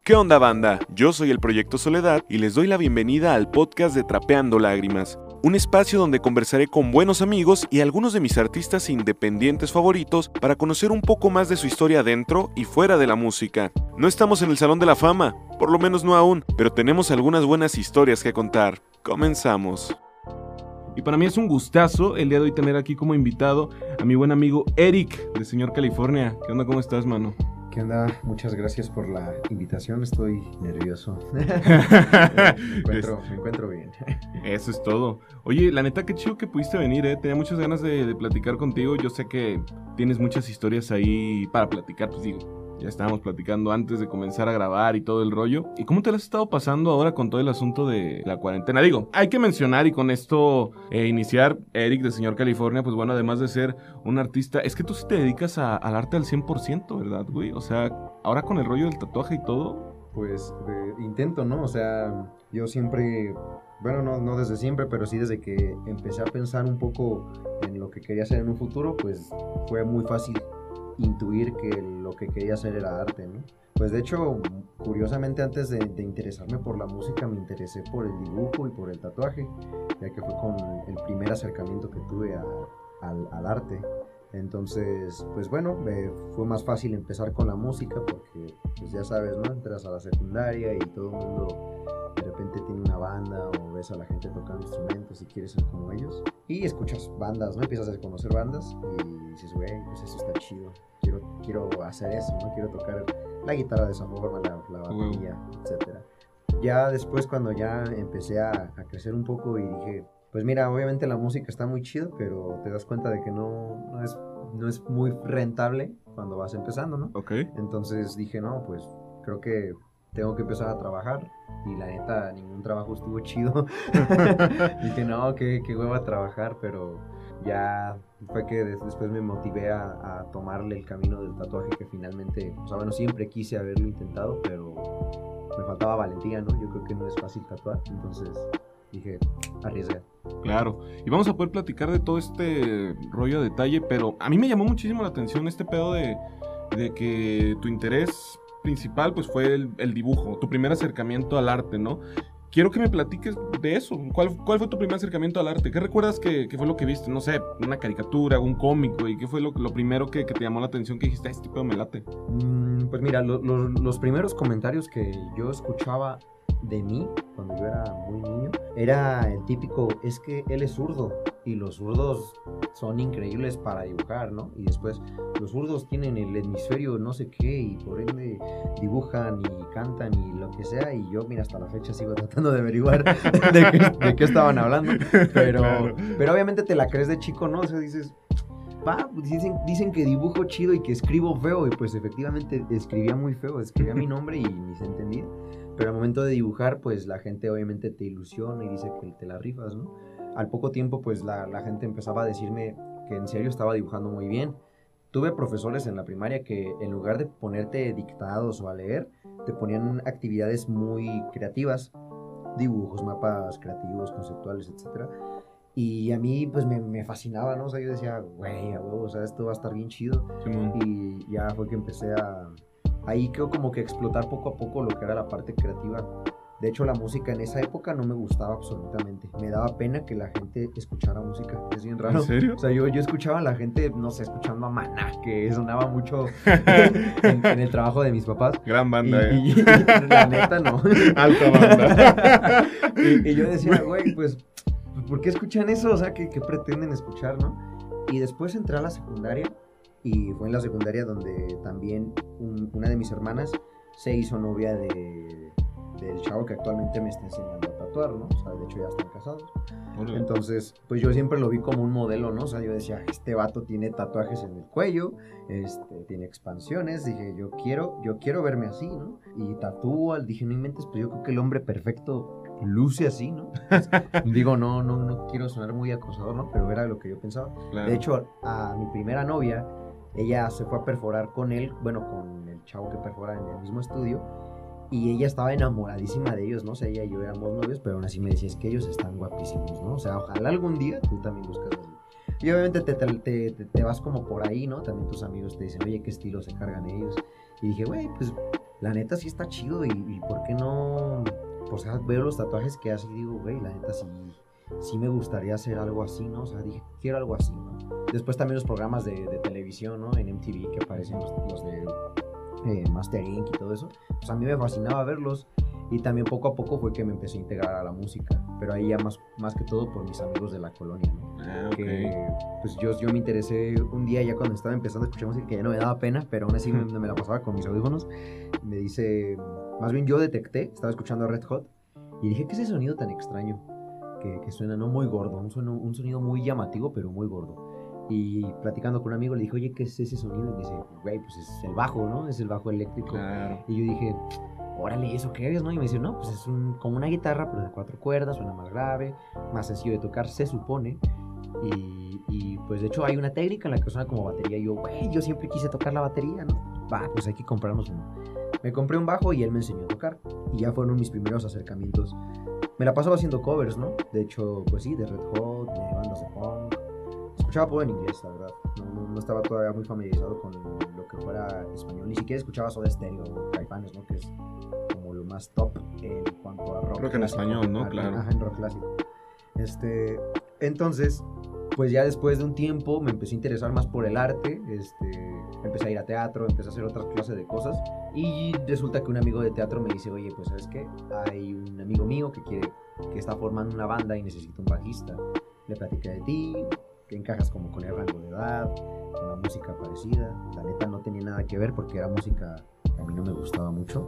¿Qué onda, banda? Yo soy el Proyecto Soledad y les doy la bienvenida al podcast de Trapeando Lágrimas, un espacio donde conversaré con buenos amigos y algunos de mis artistas independientes favoritos para conocer un poco más de su historia dentro y fuera de la música. No estamos en el Salón de la Fama, por lo menos no aún, pero tenemos algunas buenas historias que contar. Comenzamos. Y para mí es un gustazo el día de hoy tener aquí como invitado a mi buen amigo Eric de Señor California. ¿Qué onda? ¿Cómo estás, mano? ¿Qué onda? Muchas gracias por la invitación, estoy nervioso. me encuentro bien. Eso es todo. Oye, la neta, qué chido que pudiste venir, ¿eh? Tenía muchas ganas de platicar contigo. Yo sé que tienes muchas historias ahí para platicar, pues digo, ya estábamos platicando antes de comenzar a grabar y todo el rollo. ¿Y cómo te lo has estado pasando ahora con todo el asunto de la cuarentena? Digo, hay que mencionar y con esto iniciar, Eric de Señor California, pues bueno, además de ser un artista, es que tú sí te dedicas al arte al 100%, ¿verdad, güey? O sea, ahora con el rollo del tatuaje y todo. Pues intento, ¿no? O sea, yo siempre, bueno, no desde siempre, pero sí desde que empecé a pensar un poco en lo que quería hacer en un futuro, pues fue muy fácil intuir que lo que quería hacer era arte, ¿no? Pues de hecho, curiosamente antes de interesarme por la música me interesé por el dibujo y por el tatuaje, ya que fue con el primer acercamiento que tuve al arte. Entonces, pues bueno, fue más fácil empezar con la música porque, pues ya sabes, ¿no? Entras a la secundaria y todo el mundo de repente tiene una banda o ves a la gente tocando instrumentos y quieres ser como ellos. Y escuchas bandas, ¿no? Empiezas a conocer bandas y dices, güey, pues eso está chido. Quiero hacer eso, ¿no? Quiero tocar la guitarra de esa forma, la batería, etc. Ya después cuando ya empecé a crecer un poco y dije, pues mira, obviamente la música está muy chido, pero te das cuenta de que no es muy rentable cuando vas empezando, ¿no? Ok. Entonces dije, no, pues creo que tengo que empezar a trabajar. Y la neta, ningún trabajo estuvo chido. Dije, no, qué hueva trabajar, pero ya fue que después me motivé a tomarle el camino del tatuaje que finalmente, o sea, bueno, siempre quise haberlo intentado, pero me faltaba valentía, ¿no? Yo creo que no es fácil tatuar, entonces dije, arriesga. Claro, y vamos a poder platicar de todo este rollo a detalle, pero a mí me llamó muchísimo la atención este pedo de que tu interés principal pues fue el dibujo, tu primer acercamiento al arte, ¿no? Quiero que me platiques de eso. ¿Cuál fue tu primer acercamiento al arte? ¿Qué recuerdas que fue lo que viste? No sé, una caricatura, un cómic, güey. ¿Qué fue lo primero que te llamó la atención que dijiste, este pedo me late? Pues mira, los primeros comentarios que yo escuchaba de mí cuando yo era muy niño era el típico, es que él es zurdo y los zurdos son increíbles para dibujar, ¿no? Y después los zurdos tienen el hemisferio no sé qué y por ende dibujan y cantan y lo que sea, y yo mira hasta la fecha sigo tratando de averiguar de qué estaban hablando, pero, Claro. pero obviamente te la crees de chico, ¿no? O sea, dices, dicen que dibujo chido y que escribo feo, y pues efectivamente escribía muy feo, escribía mi nombre y ni se entendía. Pero al momento de dibujar, pues la gente obviamente te ilusiona y dice que te la rifas, ¿no? Al poco tiempo, pues la gente empezaba a decirme que en serio estaba dibujando muy bien. Tuve profesores en la primaria que en lugar de ponerte dictados o a leer, te ponían actividades muy creativas, dibujos, mapas creativos, conceptuales, etc. Y a mí, pues me fascinaba, ¿no? O sea, yo decía, güey, a huevo, o sea, esto va a estar bien chido. Simón. Y ya fue que empecé ahí creo como que explotar poco a poco lo que era la parte creativa. De hecho, la música en esa época no me gustaba absolutamente. Me daba pena que la gente escuchara música. Es bien raro. ¿En serio? O sea, yo escuchaba a la gente, no sé, escuchando a Maná, que sonaba mucho en el trabajo de mis papás. Gran banda, Y la neta, no. Alta banda. y yo decía, güey, pues, ¿por qué escuchan eso? O sea, ¿qué pretenden escuchar, no? Y después entré a la secundaria. Y fue en la secundaria donde también una de mis hermanas se hizo novia del chavo que actualmente me está enseñando a tatuar, ¿no? O sea, de hecho ya están casados. Entonces, pues yo siempre lo vi como un modelo, ¿no? O sea, yo decía, este vato tiene tatuajes en el cuello, tiene expansiones. Dije, yo quiero verme así, ¿no? Y tatúa, dije, no inventes, pues yo creo que el hombre perfecto luce así, ¿no? Pues, digo, no quiero sonar muy acosador, ¿no? Pero era lo que yo pensaba. Claro. De hecho, a mi primera novia, ella se fue a perforar con él, bueno, con el chavo que perfora en el mismo estudio, y ella estaba enamoradísima de ellos, ¿no? O sea, ella y yo éramos novios, pero aún así me decía, es que ellos están guapísimos, ¿no? O sea, ojalá algún día tú también buscas así. Y obviamente te vas como por ahí, ¿no? También tus amigos te dicen, oye, ¿qué estilo se cargan ellos? Y dije, güey, pues la neta sí está chido y ¿por qué no? O sea, veo los tatuajes que hace y digo, güey, la neta sí me gustaría hacer algo así, ¿no? O sea, dije, quiero algo así, ¿no? Después también los programas de televisión, ¿no? En MTV que aparecen los de Master Inc. y todo eso. Pues a mí me fascinaba verlos. Y también poco a poco fue que me empecé a integrar a la música. Pero ahí ya más que todo por mis amigos de la colonia, ¿no? Okay. Que pues yo me interesé un día ya cuando estaba empezando a escuchar música, que ya no me daba pena, pero aún así me la pasaba con mis audífonos. Me dice, más bien yo detecté, estaba escuchando a Red Hot y dije, ¿qué es ese sonido tan extraño? Que suena no muy gordo, un sonido muy llamativo, pero muy gordo. Y platicando con un amigo le dije, oye, ¿qué es ese sonido? Y me dice, güey, pues es el bajo, ¿no? Es el bajo eléctrico. Claro. Y yo dije, órale, ¿eso qué es, no? Y me dice, no, pues es como una guitarra, pero de 4 cuerdas, suena más grave, más sencillo de tocar, se supone. Y pues de hecho hay una técnica en la que suena como batería. Y yo, güey, yo siempre quise tocar la batería, ¿no? Va, pues hay que comprarnos uno. Me compré un bajo y él me enseñó a tocar. Y ya fueron mis primeros acercamientos. Me la pasaba haciendo covers, ¿no? De hecho, pues sí, de Red Hot, de bandas de punk. Escuchaba todo en inglés, la verdad. No estaba todavía muy familiarizado con lo que fuera español. Ni siquiera escuchaba Soda Stereo o Caifanes, ¿no? Que es como lo más top en cuanto a rock. Creo que en español, ¿no? Claro. Ajá, en rock clásico. Entonces, pues ya después de un tiempo me empecé a interesar más por el arte. Empecé a ir a teatro, empecé a hacer otras clases de cosas. Y resulta que un amigo de teatro me dice, oye, pues ¿sabes qué? Hay un amigo mío que está formando una banda y necesita un bajista. Le platiqué de ti, que encajas como con el rango de edad, con la música parecida. La neta no tenía nada que ver porque era música que a mí no me gustaba mucho.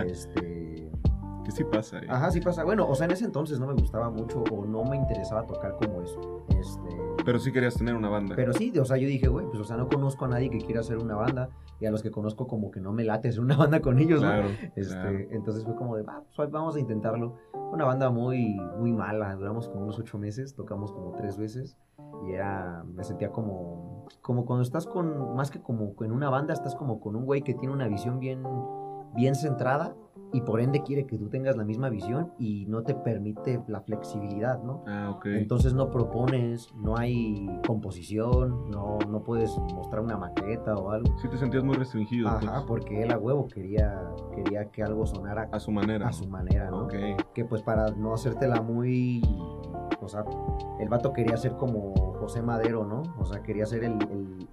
¿Qué sí pasa? Ajá, sí pasa. Bueno, o sea, en ese entonces no me gustaba mucho o no me interesaba tocar como eso. Pero sí querías tener una banda. Pero sí, o sea, yo dije, güey, pues o sea, no conozco a nadie que quiera hacer una banda y a los que conozco como que no me late hacer una banda con ellos, claro, ¿no? claro. Entonces fue como de, pues vamos a intentarlo. Una banda muy, muy mala, duramos como unos 8 meses, tocamos como 3 veces y me sentía como cuando estás más que como en una banda, estás como con un güey que tiene una visión bien centrada y por ende quiere que tú tengas la misma visión y no te permite la flexibilidad, ¿no? Ok. Entonces no propones, no hay composición, no puedes mostrar una maqueta o algo. Sí te sentías muy restringido. Ajá, pues. porque él a huevo quería que algo sonara a su manera. A su manera, ¿no? Okay. Que pues para no hacértela muy... O sea, el vato quería ser como José Madero, ¿no? O sea, quería ser el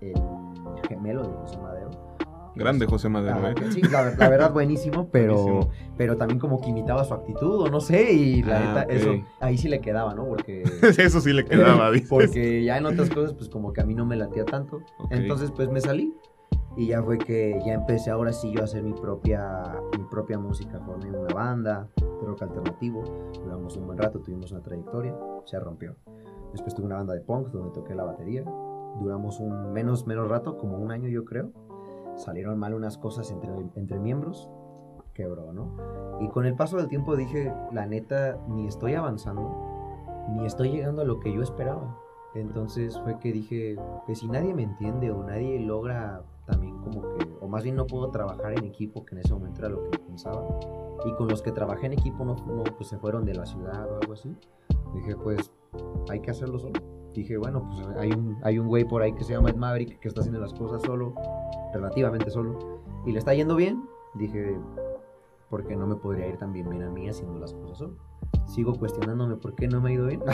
gemelo de José Madero. Grande José Madero, Sí, la verdad buenísimo, pero también como que imitaba su actitud, o no sé, y la neta, okay. Eso, ahí sí le quedaba, ¿no? Porque... eso sí le quedaba, dices. Porque ya en otras cosas, pues como que a mí no me latía tanto. Okay. Entonces, pues me salí, y ya fue que ya empecé ahora sí yo a hacer mi propia música. Formé una banda de rock alternativo, duramos un buen rato, tuvimos una trayectoria, se rompió. Después tuve una banda de punk donde toqué la batería, duramos un menos rato, como un año yo creo. Salieron mal unas cosas entre miembros, quebró, ¿no? Y con el paso del tiempo dije, la neta, ni estoy avanzando, ni estoy llegando a lo que yo esperaba. Entonces fue que dije, pues si nadie me entiende o nadie logra también como que, o más bien no puedo trabajar en equipo, que en ese momento era lo que pensaba, y con los que trabajé en equipo no pues se fueron de la ciudad o algo así, dije, pues hay que hacerlo solo. Dije, bueno, pues hay un güey por ahí que se llama Ed Maverick que está haciendo las cosas solo, relativamente solo, y le está yendo bien. Dije, ¿por qué no me podría ir tan bien a mí haciendo las cosas solo? Sigo cuestionándome por qué no me ha ido bien.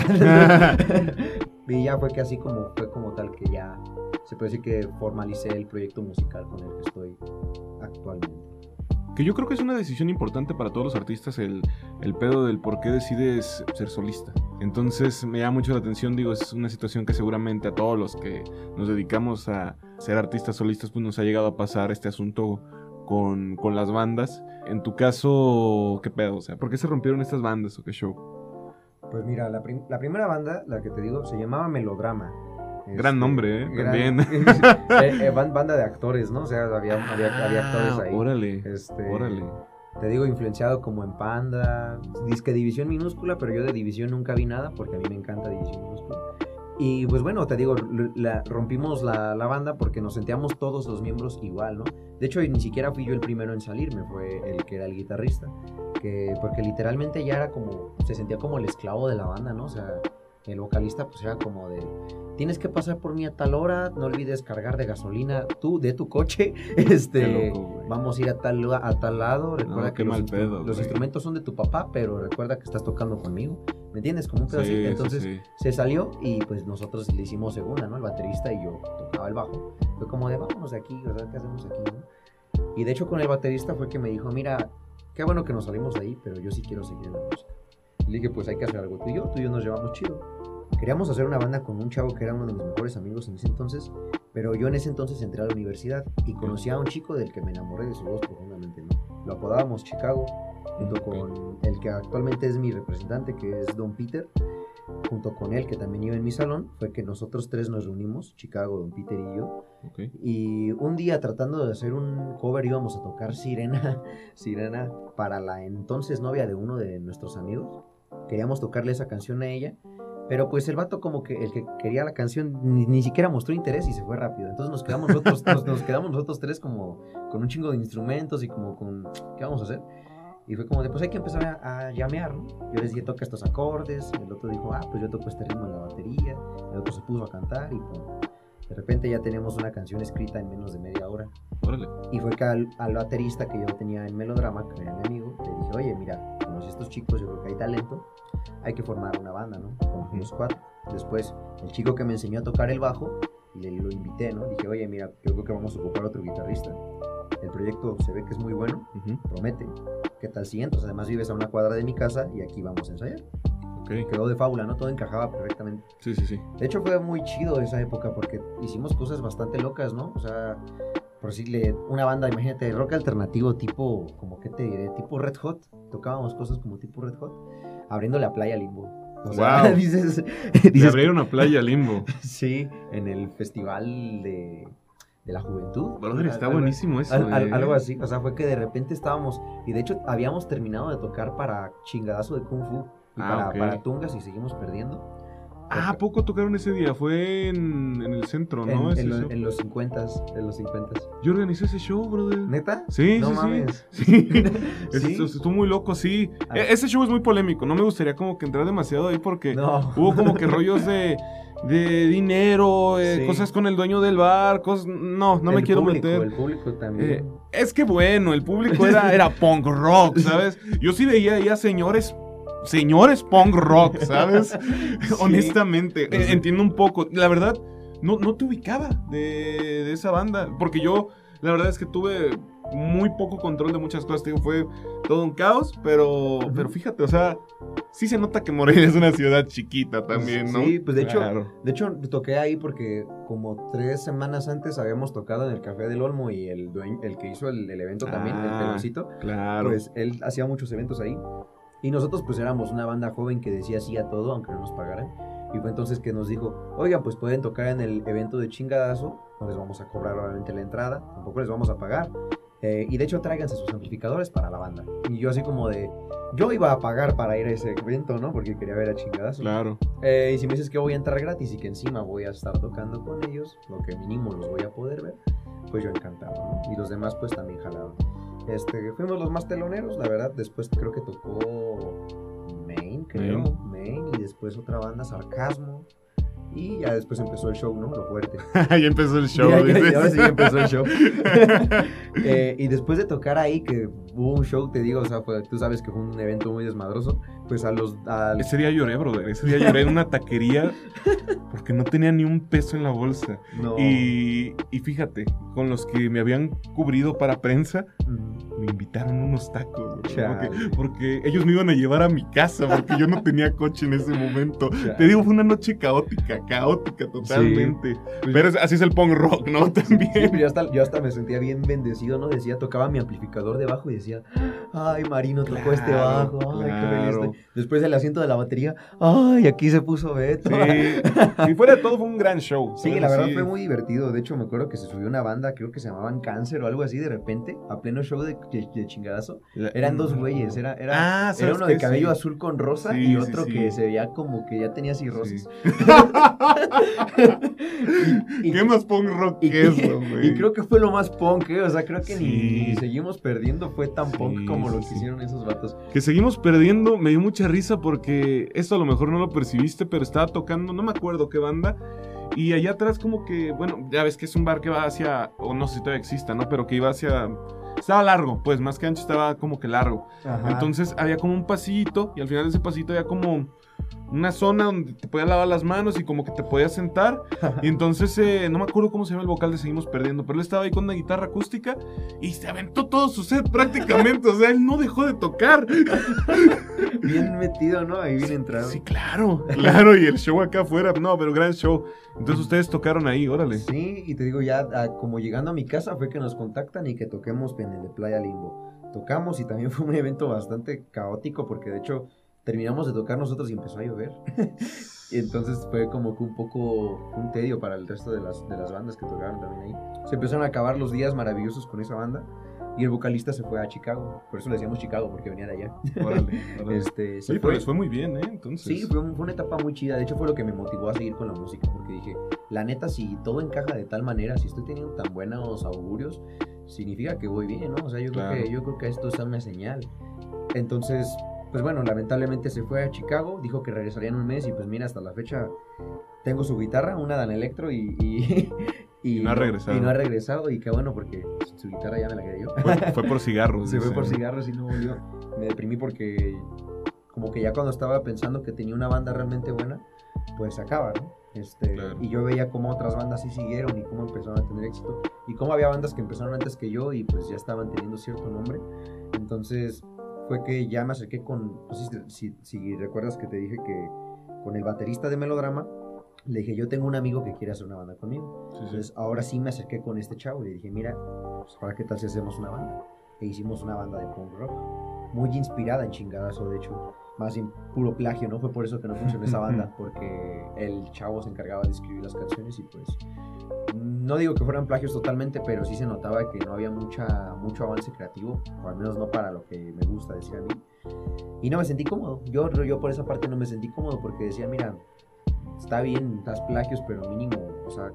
Y ya fue que así fue como tal que ya se puede decir que formalicé el proyecto musical con el que estoy actualmente. Que yo creo que es una decisión importante para todos los artistas el pedo del por qué decides ser solista. Entonces me llama mucho la atención, digo, es una situación que seguramente a todos los que nos dedicamos a ser artistas solistas pues nos ha llegado a pasar este asunto con las bandas. En tu caso, ¿qué pedo? O sea, ¿por qué se rompieron estas bandas o qué show? Pues mira, la primera banda, la que te digo, se llamaba Melodrama. Gran nombre, también. Banda de actores, ¿no? O sea, había actores ahí. Órale, órale. Te digo, influenciado como en Panda, disque División Minúscula, pero yo de División nunca vi nada porque a mí me encanta División Minúscula. Y pues bueno, te digo, rompimos la banda porque nos sentíamos todos los miembros igual, ¿no? De hecho, ni siquiera fui yo el primero en salirme, fue el que era el guitarrista. Porque literalmente ya era como, se sentía como el esclavo de la banda, ¿no? O sea, el vocalista pues era como de, tienes que pasar por mí a tal hora, no olvides cargar de gasolina de tu coche, Qué loco, güey. vamos a ir a tal lado, recuerda No, que qué mal pedo, los güey. instrumentos son de tu papá, pero recuerda que estás tocando conmigo, ¿me entiendes? Como un pedacito. Sí, Entonces sí. se salió y pues nosotros le hicimos segunda, ¿no? El baterista y yo tocaba el bajo. Fue como de, vámonos de aquí, ¿verdad? ¿Qué hacemos aquí, no? Y de hecho con el baterista fue que me dijo, mira, qué bueno que nos salimos de ahí, pero yo sí quiero seguir en la música. Y le dije, pues hay que hacer algo tú y yo nos llevamos chido. Queríamos hacer una banda con un chavo que era uno de mis mejores amigos en ese entonces, pero yo en ese entonces entré a la universidad y conocí a un chico del que me enamoré de su voz profundamente, ¿no? Lo apodábamos Chicago, junto con el que actualmente es mi representante, que es Don Peter. Junto con él, que también iba en mi salón, fue que nosotros tres nos reunimos, Chicago, Don Peter y yo. Okay. Y un día, tratando de hacer un cover, íbamos a tocar Sirena para la entonces novia de uno de nuestros amigos. Queríamos tocarle esa canción a ella, pero pues el vato, como que el que quería la canción ni siquiera mostró interés y se fue rápido. Entonces nos quedamos nosotros tres como con un chingo de instrumentos y como con, ¿qué vamos a hacer? Y fue como de, pues hay que empezar a llamear, ¿no? Yo les dije, toca estos acordes, el otro dijo, pues yo toco este ritmo en la batería, el otro se puso a cantar y pues, de repente ya teníamos una canción escrita en menos de media hora. Órale. Y fue que al baterista que yo tenía en Melodrama, que era mi amigo, le dije, oye, mira, conocí a estos chicos, yo creo que hay talento, hay que formar una banda, ¿no? Con los cuatro. Después, el chico que me enseñó a tocar el bajo, lo invité, ¿no? Dije, oye, mira, yo creo que vamos a ocupar otro guitarrista. El proyecto se ve que es muy bueno, promete. ¿Qué tal si entras? Además vives a una cuadra de mi casa y aquí vamos a ensayar. Okay. Quedó de fábula, ¿no? Todo encajaba perfectamente. Sí. De hecho fue muy chido esa época porque hicimos cosas bastante locas, ¿no? O sea, por decirle, una banda, imagínate, rock alternativo tipo, como qué te diré, tipo Red Hot. Tocábamos cosas como tipo Red Hot, abriéndole a Playa Limbo. O sea, wow. dices Le abrieron a Playa Limbo. Sí, en el festival de la juventud. Brother, está buenísimo eso. Algo así, o sea, fue que de repente estábamos, y de hecho habíamos terminado de tocar para Chingadazo de Kung Fu y para Tungas y seguimos perdiendo. ¿A poco tocaron ese día? Fue en el centro, ¿no? En los 50. Yo organizé ese show, brother. ¿Neta? Sí, no sí, mames. Sí. ¿Sí? Estuvo muy loco, sí. Ese show es muy polémico. No me gustaría como que entrar demasiado ahí porque hubo como que rollos de dinero, cosas con el dueño del bar, cosas. No me quiero meter. El público también. Es que bueno, el público era punk rock, ¿sabes? Yo sí veía ahí a señores punk rock, ¿sabes? Sí. Honestamente, entiendo un poco. La verdad, no te ubicaba de esa banda, porque yo, la verdad es que tuve muy poco control de muchas cosas. Te digo, fue todo un caos, pero fíjate, o sea, sí se nota que Morelia es una ciudad chiquita también, ¿no? Sí, pues de hecho toqué ahí porque como 3 semanas antes habíamos tocado en el Café del Olmo y el que hizo el evento también, el peloncito. Claro. Pues él hacía muchos eventos ahí. Y nosotros pues éramos una banda joven que decía sí a todo, aunque no nos pagaran. Y fue entonces que nos dijo, oigan, pues pueden tocar en el evento de Chingadazo, no les vamos a cobrar obviamente la entrada, tampoco les vamos a pagar. Y de hecho tráiganse sus amplificadores para la banda. Y yo así como de, yo iba a pagar para ir a ese evento, ¿no? Porque quería ver a Chingadazo. Claro. Y si me dices que voy a entrar gratis y que encima voy a estar tocando con ellos, lo que mínimo los voy a poder ver, pues yo encantado, ¿no? Y los demás pues también jalaban. Fuimos los más teloneros, la verdad. Después creo que tocó Main, y después otra banda, Sarcasmo. Y ya después empezó el show, ¿no? Lo fuerte. Ya empezó el show. Y ahora sí empezó el show. Y después de tocar ahí, que hubo un show, te digo, o sea, tú sabes que fue un evento muy desmadroso, pues Ese día lloré, brother. Ese día lloré en una taquería porque no tenía ni un peso en la bolsa. No. Y fíjate, con los que me habían cubrido para prensa, me invitaron unos tacos, porque ellos me iban a llevar a mi casa, porque yo no tenía coche en ese momento. Te digo, fue una noche caótica totalmente. Sí. Pero así es el punk rock, ¿no? También. Sí, pero yo hasta me sentía bien bendecido, ¿no? Tocaba mi amplificador de bajo y decía, ay, Marino tocó este bajo, ay, qué feliz estoy. Después el asiento de la batería, ay, aquí se puso Beto. Sí. Y fuera de todo fue un gran show. Sí, la verdad fue muy divertido. De hecho, me acuerdo que se subió una banda, creo que se llamaban Cáncer o algo así, de repente, a pleno show de de chingadazo. Eran dos güeyes, era ¿sabes uno de qué? cabello Sí. azul con rosa Sí, y otro sí, que sí. se veía como que ya tenía cirrosis. Sí. ¿Qué más punk rock que eso, güey? Y creo que fue lo más punk, o sea, creo que Sí. ni seguimos perdiendo fue tan punk Sí, como lo sí, que sí. hicieron esos vatos. Que seguimos perdiendo, me dio mucha risa porque esto a lo mejor no lo percibiste, pero estaba tocando, no me acuerdo qué banda, y allá atrás como que, bueno, ya ves que es un bar que va hacia, o no sé si todavía exista, ¿no? Pero que iba hacia, estaba largo, pues más que ancho, estaba como que largo. Ajá. Entonces había como un pasillito, y al final de ese pasillito había como una zona donde te podías lavar las manos y como que te podías sentar. Y entonces, no me acuerdo cómo se llama el vocal de Seguimos Perdiendo, pero él estaba ahí con una guitarra acústica y se aventó todo su set prácticamente. O sea, él no dejó de tocar. Bien metido, ¿no? Ahí bien entrado. Sí, claro, claro. Y el show acá afuera, no, pero gran show. Entonces ustedes tocaron ahí, órale. Sí, y te digo, ya como llegando a mi casa fue que nos contactan y que toquemos en el de Playa Limbo. Tocamos y también fue un evento bastante caótico porque de hecho terminamos de tocar nosotros y empezó a llover. Y entonces fue como que un poco un tedio para el resto de las bandas que tocaron también ahí. Se empezaron a acabar los días maravillosos con esa banda y el vocalista se fue a Chicago. Por eso le decíamos Chicago, porque venía de allá. Órale, órale. Se Oye, fue. pero les fue muy bien, ¿eh? Entonces. Sí, fue una etapa muy chida. De hecho, fue lo que me motivó a seguir con la música. Porque dije, la neta, si todo encaja de tal manera, si estoy teniendo tan buenos augurios, significa que voy bien, ¿no? O sea, yo creo que esto es una señal. Entonces, pues bueno, lamentablemente se fue a Chicago. Dijo que regresaría en un mes. Y pues mira, hasta la fecha tengo su guitarra, una Dan Electro Y no ha regresado. Y no ha regresado. Y qué bueno, porque su guitarra ya me la quedé yo. Fue por cigarros. Se fue dice. por cigarros y no volvió. Me deprimí porque como que ya cuando estaba pensando que tenía una banda realmente buena, pues se acaba, ¿no? Claro. Y yo veía cómo otras bandas sí siguieron y cómo empezaron a tener éxito. Y cómo había bandas que empezaron antes que yo y pues ya estaban teniendo cierto nombre. Entonces fue que ya me acerqué con, no sé si recuerdas que te dije que con el baterista de Melodrama, le dije, yo tengo un amigo que quiere hacer una banda conmigo. Sí, sí. Entonces ahora sí me acerqué con este chavo y le dije, mira, pues ahora qué tal si hacemos una banda. E hicimos una banda de punk rock, muy inspirada en Chingadazo, de hecho, más bien puro plagio, ¿no? Fue por eso que no funcionó esa banda, porque el chavo se encargaba de escribir las canciones y pues, no digo que fueran plagios totalmente, pero sí se notaba que no había mucho avance creativo, o al menos no para lo que me gusta decir a mí. Y no me sentí cómodo, yo por esa parte no me sentí cómodo porque decía, mira, está bien, das plagios, pero mínimo, o sea,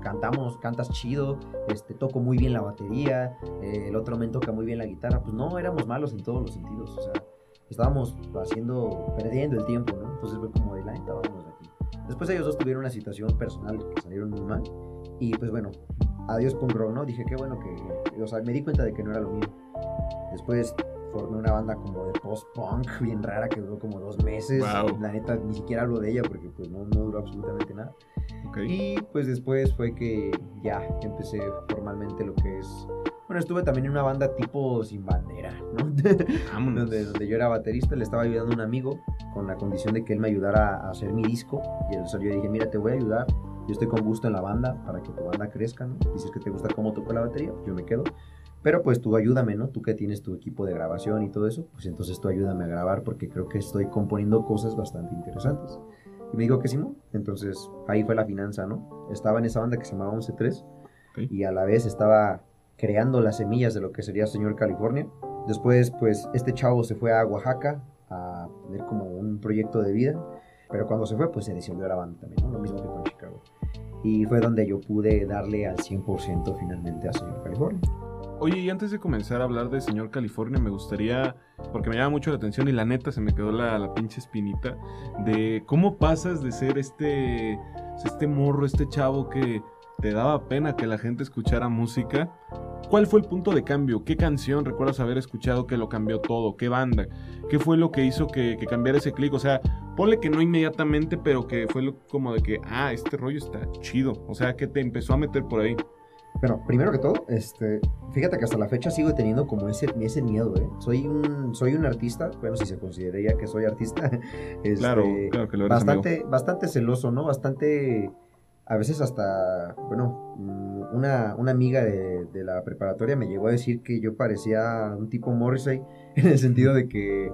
cantas chido, toco muy bien la batería, el otro men toca muy bien la guitarra, pues no, éramos malos en todos los sentidos, o sea, estábamos perdiendo el tiempo, ¿no? Entonces fue como de la neta, vámonos de aquí. Después ellos dos tuvieron una situación personal que salieron muy mal, y pues bueno, adiós punk rock, ¿no? Dije, qué bueno que, o sea, me di cuenta de que no era lo mío. Después formé una banda como de post-punk bien rara que duró como 2 meses. Wow. La neta, ni siquiera hablo de ella porque pues no duró absolutamente nada. Okay. Y pues después fue que ya empecé formalmente lo que es... Bueno, estuve también en una banda tipo Sin Bandera, ¿no? Vámonos. donde yo era baterista, le estaba ayudando a un amigo con la condición de que él me ayudara a hacer mi disco. Y entonces yo dije, mira, te voy a ayudar. Yo estoy con gusto en la banda para que tu banda crezca, ¿no? Dices que te gusta cómo toco la batería, yo me quedo. Pero pues tú ayúdame, ¿no? Tú que tienes tu equipo de grabación y todo eso, pues entonces tú ayúdame a grabar porque creo que estoy componiendo cosas bastante interesantes. Y me dijo que sí, ¿no? Entonces ahí fue la finanza, ¿no? Estaba en esa banda que se llamaba 11-3 y a la vez estaba creando las semillas de lo que sería Señor California. Después, pues este chavo se fue a Oaxaca a tener como un proyecto de vida, pero cuando se fue, pues se disolvió la banda también, ¿no? Lo mismo que con Chicago. Y fue donde yo pude darle al 100% finalmente a Señor California. Oye, y antes de comenzar a hablar de Señor California, me gustaría, porque me llama mucho la atención y la neta se me quedó la pinche espinita, de cómo pasas de ser este morro, este chavo que te daba pena que la gente escuchara música. ¿Cuál fue el punto de cambio? ¿Qué canción recuerdas haber escuchado que lo cambió todo? ¿Qué banda? ¿Qué fue lo que hizo que cambiara ese clic? O sea, ponle que no inmediatamente, pero que fue como de que, este rollo está chido. O sea, que te empezó a meter por ahí. Bueno, primero que todo, fíjate que hasta la fecha sigo teniendo como ese miedo, ¿eh? Soy un artista, bueno, si se consideraría que soy artista, Claro que lo eres, bastante celoso, ¿no? Bastante, a veces hasta, bueno, una amiga de la preparatoria me llegó a decir que yo parecía un tipo Morrissey, en el sentido de que...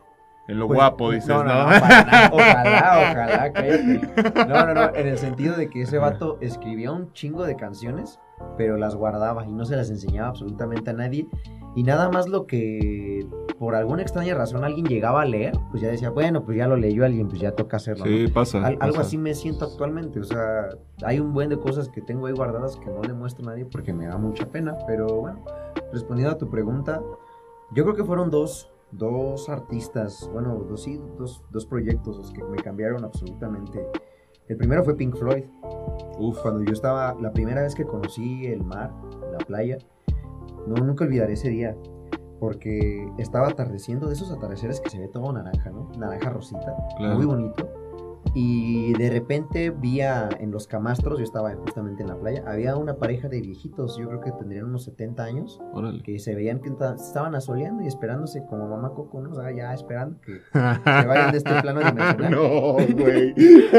En lo pues, guapo, dices, ¿no? No, para nada. Ojalá, cállate. No, en el sentido de que ese vato escribía un chingo de canciones, pero las guardaba y no se las enseñaba absolutamente a nadie. Y nada más lo que por alguna extraña razón alguien llegaba a leer, pues ya decía, bueno, pues ya lo leyó alguien, pues ya toca hacerlo. Sí, ¿no? pasa. Algo así me siento actualmente, o sea, hay un buen de cosas que tengo ahí guardadas que no le muestro a nadie porque me da mucha pena, pero bueno, respondiendo a tu pregunta, yo creo que fueron dos artistas, bueno, dos proyectos los que me cambiaron absolutamente. El primero fue Pink Floyd. Cuando yo estaba, la primera vez que conocí el mar, la playa, nunca olvidaré ese día, porque estaba atardeciendo, de esos atardeceres que se ve todo naranja, ¿no? Naranja rosita, claro. Muy bonito. Y de repente vi en los camastros, yo estaba justamente en la playa, había una pareja de viejitos, yo creo que tendrían unos 70 años, Órale. que se veían que estaban asoleando y esperándose como mamá Coco, ¿no? O sea, ya esperando que se vayan de este plano dimensional. No, güey.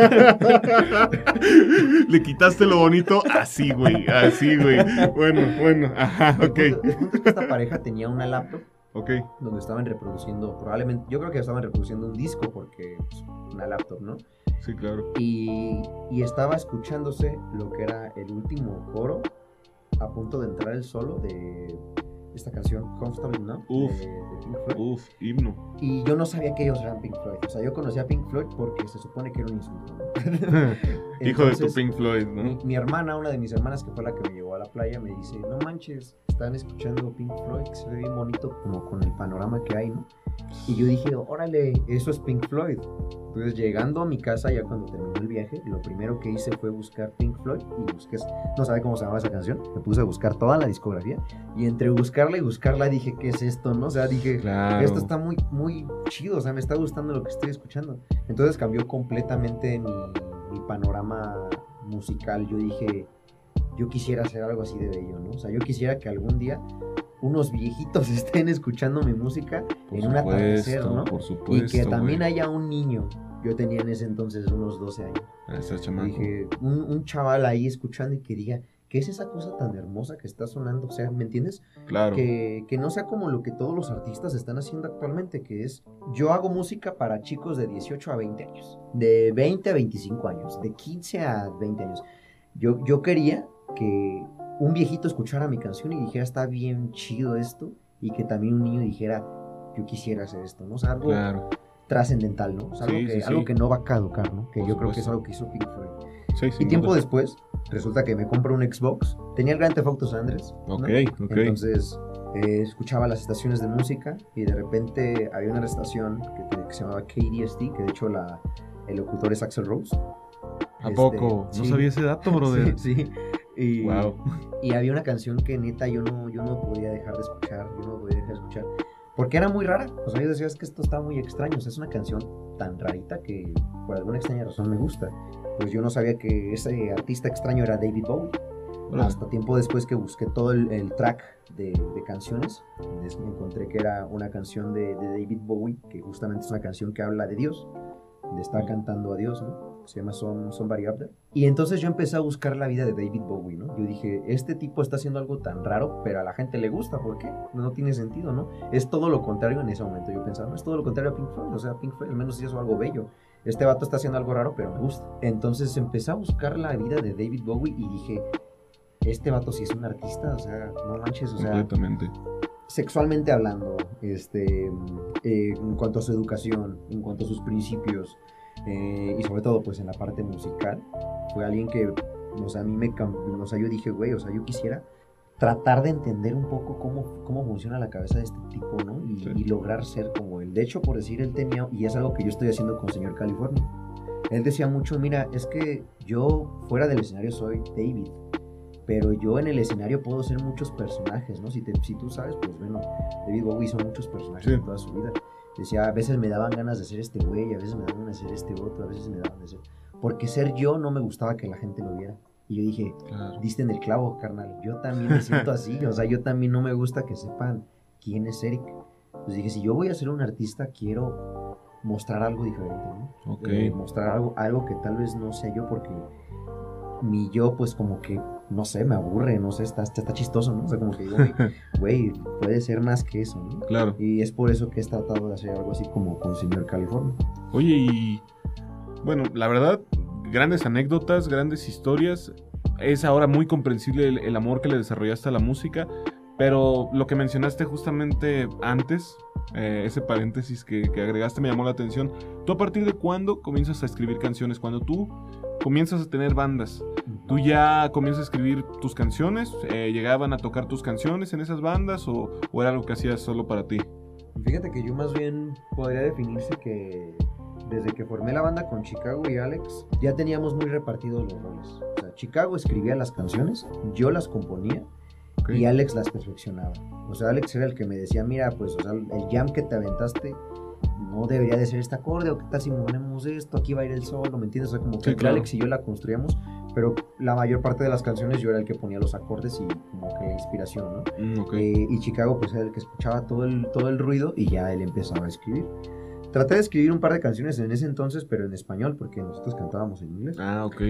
Le quitaste lo bonito así, güey. Así, güey. Bueno. Ajá, ok. El punto es que esta pareja tenía una laptop. Ok. Donde estaban reproduciendo, probablemente, yo creo que estaban reproduciendo un disco porque pues, una laptop, ¿no? Sí, claro. Y estaba escuchándose lo que era el último coro a punto de entrar el solo de esta canción Comfortably Numb de Pink Floyd. Himno. Y yo no sabía que ellos eran Pink Floyd, o sea, yo conocía a Pink Floyd porque se supone que era un insulto, ¿no? Hijo de tu Pink Floyd, ¿no? Mi hermana, una de mis hermanas que fue la que me llevó a la playa, me dice, no manches, están escuchando Pink Floyd, que se ve bien bonito como con el panorama que hay, ¿no? Y yo dije, órale, eso es Pink Floyd. Entonces, llegando a mi casa, ya cuando terminó el viaje, lo primero que hice fue buscar Pink Floyd y busqué, no sabía cómo se llamaba esa canción, me puse a buscar toda la discografía y entre buscarla y buscarla dije, ¿qué es esto, no? O sea, dije, claro. Esto está muy, muy chido, o sea, me está gustando lo que estoy escuchando. Entonces cambió completamente mi panorama musical. Yo dije, yo quisiera hacer algo así de bello, ¿no? O sea, yo quisiera que algún día unos viejitos estén escuchando mi música en un atardecer, ¿no? Por supuesto. Y que también haya un niño. Yo tenía en ese entonces unos 12 años. Ese chamaco. Dije, un chaval ahí escuchando y que diga, ¿qué es esa cosa tan hermosa que está sonando? O sea, ¿me entiendes? Claro. Que no sea como lo que todos los artistas están haciendo actualmente, que es, yo hago música para chicos de 18 a 20 años, de 20 a 25 años, de 15 a 20 años. Yo quería que un viejito escuchara mi canción y dijera, está bien chido esto, y que también un niño dijera, yo quisiera hacer esto, ¿no? O sea, algo trascendental, ¿no? O sea, algo que no va a caducar, ¿no? Que yo creo que es algo que hizo Pink Floyd. Sí, y tiempo después, resulta que me compro un Xbox, tenía el Grand Theft Auto San Andreas, ¿no? Entonces escuchaba las estaciones de música y de repente había una estación que se llamaba KDST, que de hecho el locutor es Axl Rose. ¿A poco? No sabía ese dato, brother. Sí. Wow. Y había una canción que neta yo no podía dejar de escuchar, porque era muy rara. O sea, yo decía, es que esto está muy extraño. O sea, es una canción tan rarita que por alguna extraña razón me gusta. Pues yo no sabía que ese artista extraño era David Bowie. Hasta tiempo después que busqué todo el track de canciones, me encontré que era una canción de David Bowie, que justamente es una canción que habla de Dios, le está cantando a Dios, ¿no? Se llama Somebody Up There. Y entonces yo empecé a buscar la vida de David Bowie, ¿no? Yo dije, este tipo está haciendo algo tan raro, pero a la gente le gusta, ¿por qué? No tiene sentido, ¿no? Es todo lo contrario en ese momento. Yo pensaba, no, es todo lo contrario a Pink Floyd. O sea, Pink Floyd al menos hizo algo bello. Este vato está haciendo algo raro, pero me gusta. Entonces empecé a buscar la vida de David Bowie y dije, este vato sí es un artista, o sea, no manches, o sea... Completamente. Sexualmente hablando, en cuanto a su educación, en cuanto a sus principios, y sobre todo pues en la parte musical, fue alguien que, o sea, a mí me cambió, o sea, yo dije, güey, o sea, yo quisiera tratar de entender un poco cómo funciona la cabeza de este tipo, ¿no? Y lograr ser como él. De hecho, por decir, él tenía, y es algo que yo estoy haciendo con Señor California, él decía mucho, mira, es que yo fuera del escenario soy David, pero yo en el escenario puedo ser muchos personajes, ¿no? Si tú sabes, pues bueno, David Bowie hizo muchos personajes en toda su vida. Decía, a veces me daban ganas de ser este güey, a veces me daban ganas de ser este otro, a veces me daban de ser... Porque ser yo no me gustaba que la gente lo viera. Y yo dije, diste en el clavo, carnal, yo también me siento así, o sea, yo también no me gusta que sepan quién es Eric. Pues dije, si yo voy a ser un artista, quiero mostrar algo diferente, ¿no? Mostrar algo que tal vez no sea yo, porque mi yo, pues como que, no sé, me aburre, no sé, está chistoso, ¿no? O sea, como que digo, güey, puede ser más que eso, ¿no? Claro. Y es por eso que he tratado de hacer algo así como con Señor California. Oye, y bueno, la verdad, grandes anécdotas, grandes historias. Es ahora muy comprensible el amor que le desarrollaste a la música, Pero lo que mencionaste justamente antes, ese paréntesis que agregaste me llamó la atención. ¿Tú a partir de cuándo comienzas a escribir canciones? Cuando tú comienzas a tener bandas, ¿tú ya comienzas a escribir tus canciones? ¿Llegaban a tocar tus canciones en esas bandas o era algo que hacías solo para ti? Fíjate que yo más bien podría definirse que desde que formé la banda con Chicago y Alex, ya teníamos muy repartidos los roles. O sea, Chicago escribía las canciones, yo las componía, okay, y Alex las perfeccionaba. O sea, Alex era el que me decía, mira, pues, o sea, el jam que te aventaste no debería de ser este acorde, o qué tal si ponemos esto, aquí va a ir el solo, ¿me entiendes? O sea, como que claro, Alex y yo la construíamos, pero la mayor parte de las canciones yo era el que ponía los acordes y como que la inspiración, ¿no? Okay. Y Chicago pues era el que escuchaba todo el ruido y ya él empezaba a escribir. Traté de escribir un par de canciones en ese entonces, pero en español, porque nosotros cantábamos en inglés. Ah, ok.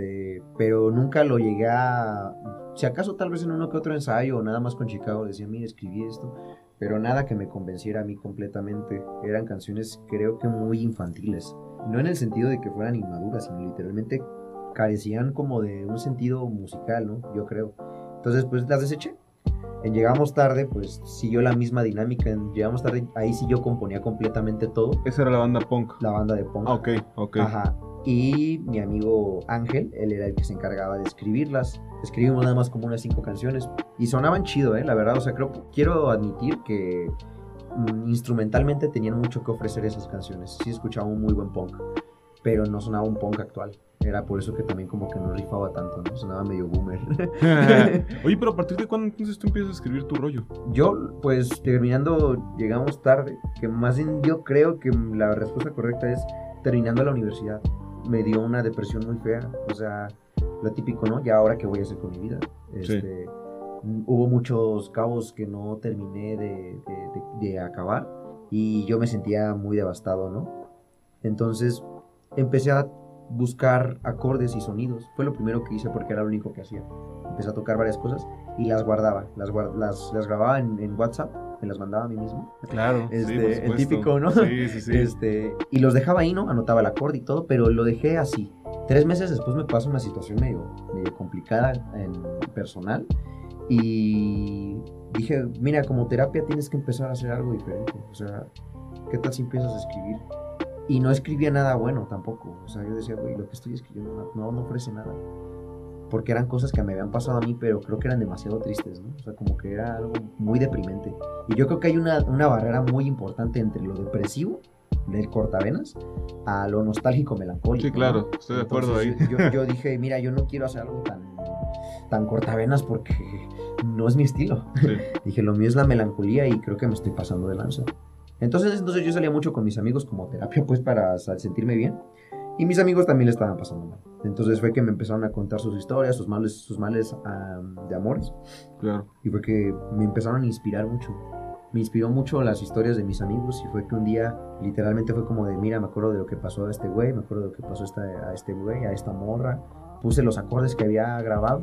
Pero nunca lo llegué a... Si acaso tal vez en uno que otro ensayo o nada más con Chicago decía, mira, escribí esto, pero nada que me convenciera a mí completamente. Eran canciones creo que muy infantiles. No en el sentido de que fueran inmaduras, sino literalmente carecían como de un sentido musical, ¿no? Yo creo. Entonces pues las deseché. En Llegamos Tarde, pues siguió la misma dinámica. En Llegamos Tarde, ahí sí yo componía completamente todo. Esa era la banda punk. La banda de punk. Ah, ok. Ajá. Y mi amigo Ángel, él era el que se encargaba de escribirlas. Escribimos nada más como unas 5 canciones. Y sonaban chido, la verdad. O sea, quiero admitir que instrumentalmente tenían mucho que ofrecer esas canciones. Sí escuchaba un muy buen punk, pero no sonaba un punk actual. Era por eso que también como que no rifaba tanto, ¿no? Sonaba medio boomer. Oye, pero ¿a partir de cuándo entonces tú empiezas a escribir tu rollo? Yo, pues, terminando Llegamos Tarde, que más bien yo creo que la respuesta correcta es terminando la universidad. Me dio una depresión muy fea, o sea, lo típico, ¿no? Ya ahora, ¿qué voy a hacer con mi vida? Sí. Hubo muchos cabos que no terminé de acabar y yo me sentía muy devastado, ¿no? Entonces, empecé a buscar acordes y sonidos. Fue lo primero que hice porque era lo único que hacía. Empecé a tocar varias cosas y las guardaba. Las grababa en WhatsApp, me las mandaba a mí mismo. Claro, sí, por supuesto. El típico, ¿no? Sí. Y los dejaba ahí, ¿no? Anotaba el acorde y todo, pero lo dejé así. 3 meses después me pasó una situación medio complicada en personal y dije, mira, como terapia tienes que empezar a hacer algo diferente. O sea, ¿qué tal si empiezas a escribir? Y no escribía nada bueno tampoco. O sea, yo decía, güey, lo que estoy escribiendo no ofrece nada. Porque eran cosas que me habían pasado a mí, pero creo que eran demasiado tristes, ¿no? O sea, como que era algo muy deprimente. Y yo creo que hay una barrera muy importante entre lo depresivo, del cortavenas, a lo nostálgico melancólico. Sí, claro, ¿no? Estoy de acuerdo. Entonces, ahí. Yo dije, mira, yo no quiero hacer algo tan cortavenas porque no es mi estilo. Sí. Dije, lo mío es la melancolía y creo que me estoy pasando de lanza. Entonces yo salía mucho con mis amigos como terapia, pues, para sentirme bien. Y mis amigos también le estaban pasando mal. Entonces fue que me empezaron a contar sus historias, sus males de amores. Claro. Y fue que me empezaron a inspirar mucho. Me inspiró mucho las historias de mis amigos y fue que un día literalmente fue como de, mira, me acuerdo de lo que pasó a este güey, me acuerdo de lo que pasó a este güey, a esta morra. Puse los acordes que había grabado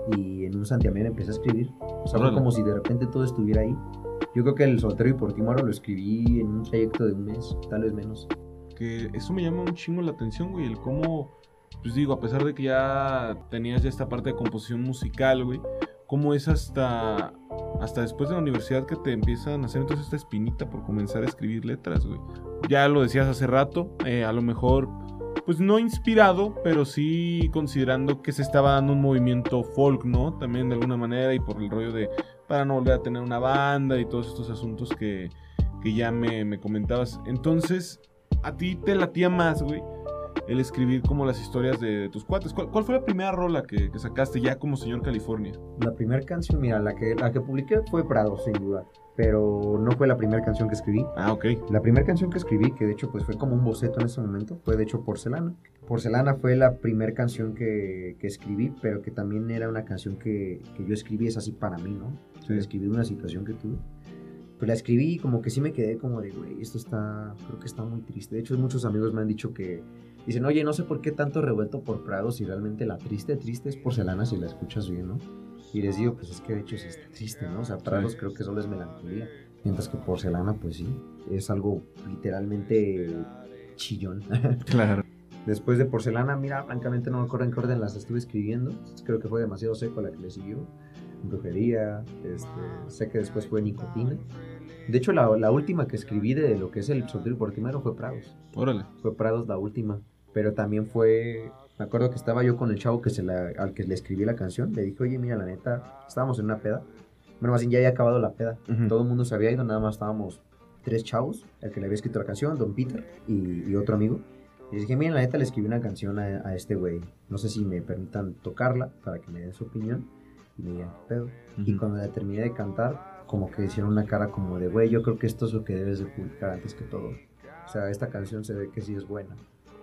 y en un santiamén empecé a escribir. O sea, fue como si de repente todo estuviera ahí. Yo creo que el Soltero y por ti muero lo escribí en un trayecto de un mes, tal vez menos. Que eso me llama un chingo la atención, güey, el cómo, pues digo, a pesar de que ya tenías ya esta parte de composición musical, güey, cómo es hasta después de la universidad que te empiezan a hacer entonces esta espinita por comenzar a escribir letras, güey. Ya lo decías hace rato, a lo mejor, pues no inspirado, pero sí considerando que se estaba dando un movimiento folk, ¿no? También de alguna manera y por el rollo de para no volver a tener una banda y todos estos asuntos que ya me comentabas. Entonces, ¿a ti te latía más, güey, el escribir como las historias de tus cuates? ¿Cuál fue la primera rola que sacaste ya como Señor California? La primera canción, mira, la que publiqué fue Prado, sin duda. Pero no fue la primera canción que escribí. Ah, ok. La primera canción que escribí, que de hecho pues fue como un boceto en ese momento, fue de hecho Porcelana. Porcelana fue la primera canción que escribí, pero que también era una canción que yo escribí, es así para mí, ¿no? Sí. Escribí una situación que tuve. Pues la escribí y como que sí me quedé como de, güey, creo que está muy triste. De hecho, muchos amigos me han dicho que dicen, oye, no sé por qué tanto revuelto por Prado si realmente la triste es Porcelana si la escuchas bien, ¿no? Y les digo, pues es que de hecho sí está triste, ¿no? O sea, Prados sí. Creo que solo es melancolía. Mientras que Porcelana, pues sí, es algo literalmente chillón. Claro. Después de Porcelana, mira, francamente no me acuerdo en qué orden las estuve escribiendo. Creo que fue Demasiado Seco la que le siguió. Brujería, sé que después fue Nicotina. De hecho, la última que escribí de lo que es el Soltero y Portimero fue Prados. Órale. Fue Prados la última. Pero también fue... Me acuerdo que estaba yo con el chavo al que le escribí la canción. Le dije, oye, mira, la neta, estábamos en una peda. Bueno, más bien ya había acabado la peda. Ujú. Todo el mundo se había ido, nada más estábamos 3 chavos. El que le había escrito la canción, Don Peter, y otro amigo. Y dije, mira, la neta, le escribí una canción a este güey. No sé si me permitan tocarla para que me den su opinión. Y me digan, ¿qué pedo? Y cuando la terminé de cantar, como que hicieron una cara como de, güey, yo creo que esto es lo que debes de publicar antes que todo. O sea, esta canción se ve que sí es buena.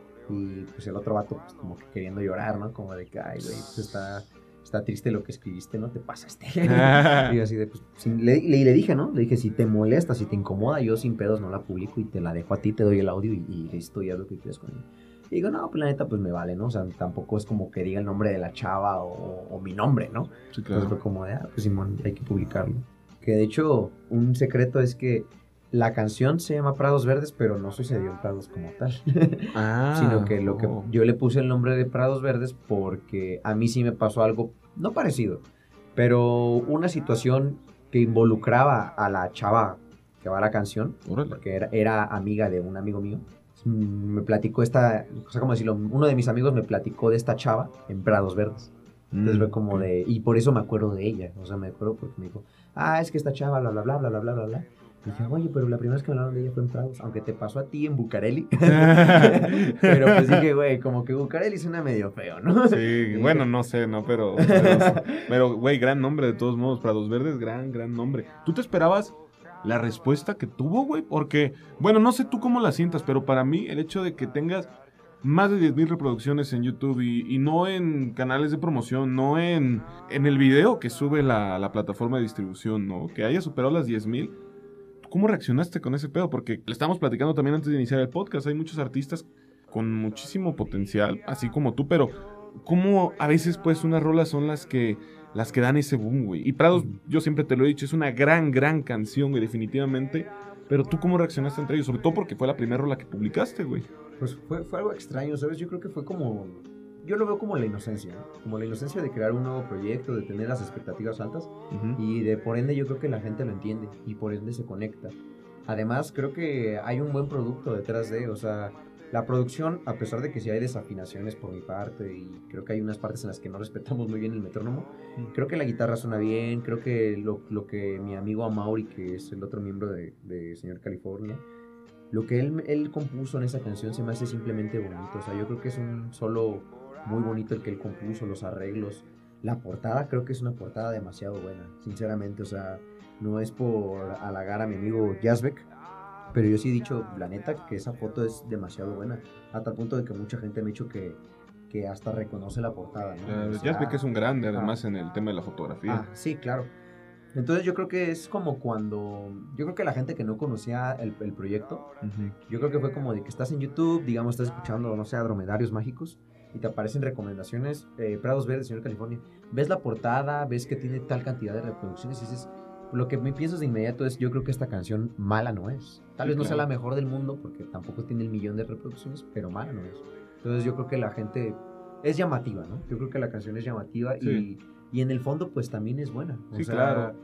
Y pues el otro vato, pues como que queriendo llorar, ¿no? Como de que, ay, güey, pues está triste lo que escribiste, ¿no? Te pasaste. Y así de, pues, le dije, ¿no? Le dije, si te molesta, si te incomoda, yo sin pedos no la publico y te la dejo a ti, te doy el audio y listo, ya lo que quieras con ella. Y digo, no, pues la neta, pues me vale, ¿no? O sea, tampoco es como que diga el nombre de la chava o mi nombre, ¿no? Sí, claro. Entonces fue como de, pues Simón, hay que publicarlo. Que de hecho, un secreto es que la canción se llama Prados Verdes, pero no sucedió en Prados como tal. Sino que yo le puse el nombre de Prados Verdes porque a mí sí me pasó algo, no parecido, pero una situación que involucraba a la chava que va a la canción, Órale. porque era amiga de un amigo mío. Me platicó o sea, ¿cómo decirlo? Uno de mis amigos me platicó de esta chava en Prados Verdes. Entonces fue como de... Y por eso me acuerdo de ella. O sea, me acuerdo porque me dijo, es que esta chava, bla, bla, bla, bla, bla, bla, bla, bla. Y dije, oye, pero la primera vez que me hablaron de ella fue en Prados, aunque te pasó a ti en Bucareli. Pero pues dije, güey, como que Bucareli suena medio feo, ¿no? Sí, bueno, no sé, ¿no? Pero, güey, gran nombre de todos modos. Prados Verdes, gran nombre. ¿Tú te esperabas la respuesta que tuvo, güey? Porque, bueno, no sé tú cómo la sientas, pero para mí el hecho de que tengas más de 10,000 reproducciones en YouTube y no en canales de promoción, no en el video que sube la plataforma de distribución, ¿no? Que haya superado las 10,000. ¿Cómo reaccionaste con ese pedo? Porque le estábamos platicando también antes de iniciar el podcast. Hay muchos artistas con muchísimo potencial, así como tú, pero ¿cómo a veces pues unas rolas son las que dan ese boom, güey? Y Prados, yo siempre te lo he dicho, es una gran canción, güey, definitivamente. Pero ¿tú cómo reaccionaste entre ellos? Sobre todo porque fue la primera rola que publicaste, güey. Pues fue algo extraño, ¿sabes? Yo creo que fue como... Yo lo veo como la inocencia, ¿no? Como la inocencia de crear un nuevo proyecto, de tener las expectativas altas. Y por ende yo creo que la gente lo entiende y por ende se conecta. Además, creo que hay un buen producto detrás de, o sea... La producción, a pesar de que sí hay desafinaciones por mi parte y creo que hay unas partes en las que no respetamos muy bien el metrónomo, creo que la guitarra suena bien, creo que lo que mi amigo Amaury, que es el otro miembro de Señor California, lo que él compuso en esa canción se me hace simplemente bonito. O sea, yo creo que es un solo muy bonito el que él compuso, los arreglos. La portada creo que es una portada demasiado buena, sinceramente. O sea, no es por halagar a mi amigo Yazbek, pero yo sí he dicho, la neta, que esa foto es demasiado buena. A tal punto de que mucha gente me ha dicho que hasta reconoce la portada, ¿no? Yazbek es un grande, además, en el tema de la fotografía. Sí, claro. Entonces yo creo que es como cuando... Yo creo que la gente que no conocía el proyecto, yo creo que fue como de que estás en YouTube, digamos, estás escuchando, no sé, a Dromedarios Mágicos, y te aparecen recomendaciones, Prados Verdes, Señor California. Ves la portada, ves que tiene tal cantidad de reproducciones y dices... Lo que me piensas de inmediato es, yo creo que esta canción mala no es. Tal vez no sea la mejor del mundo, porque tampoco tiene el 1,000,000 de reproducciones, pero mala no es. Entonces yo creo que la gente es llamativa, ¿no? Yo creo que la canción es llamativa y en el fondo pues también es buena. Sí, claro.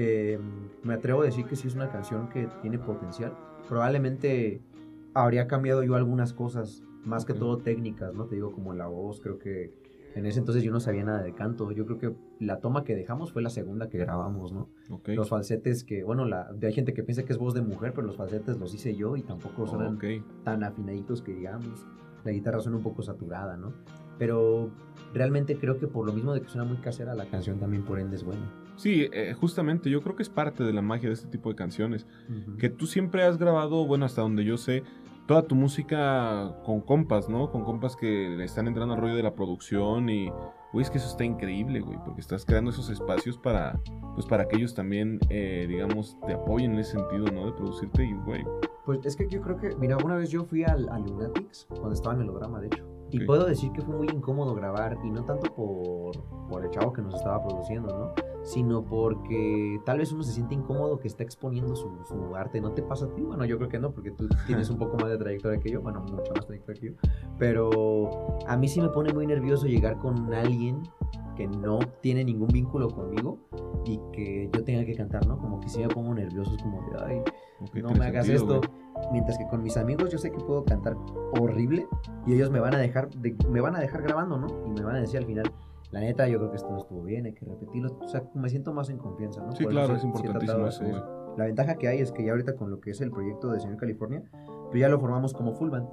Me atrevo a decir que sí es una canción que tiene potencial. Probablemente habría cambiado yo algunas cosas, más que todo técnicas, ¿no? Te digo, como la voz, creo que en ese entonces yo no sabía nada de canto. Yo creo que la toma que dejamos fue la segunda que grabamos, ¿no? Los falsetes que, bueno, hay gente que piensa que es voz de mujer, pero los falsetes los hice yo y tampoco suenan tan afinaditos que digamos. La guitarra suena un poco saturada, ¿no? Pero realmente creo que por lo mismo de que suena muy casera, la canción también por ende es buena. Sí, justamente yo creo que es parte de la magia de este tipo de canciones. Que tú siempre has grabado, bueno, hasta donde yo sé, toda tu música con compas, ¿no? Con compas que le están entrando al rollo de la producción y, güey, es que eso está increíble, güey, porque estás creando esos espacios para que ellos también, digamos, te apoyen en ese sentido, ¿no? De producirte y, güey. Pues es que yo creo que, mira, una vez yo fui al Lunatics, cuando estaba en Melodrama, de hecho, y puedo decir que fue muy incómodo grabar, y no tanto por el chavo que nos estaba produciendo, ¿no? Sino porque tal vez uno se siente incómodo que está exponiendo su arte. ¿No te pasa a ti? Bueno, yo creo que no, porque tú tienes un poco más de trayectoria que yo, bueno, mucha más trayectoria que yo, pero a mí sí me pone muy nervioso llegar con alguien que no tiene ningún vínculo conmigo y que yo tenga que cantar, ¿no? Como que si me pongo nervioso, es como de, ay, Ok, no tiene me hagas sentido, esto. Mientras que con mis amigos yo sé que puedo cantar horrible y ellos me van a dejar grabando, ¿no? Y me van a decir al final, la neta, yo creo que esto no estuvo bien, hay que repetirlo. O sea, me siento más en confianza, ¿no? Sí, Por claro, eso es importantísimo eso, güey. La ventaja que hay es que ya ahorita con lo que es el proyecto de Señor California, pues ya lo formamos como full band.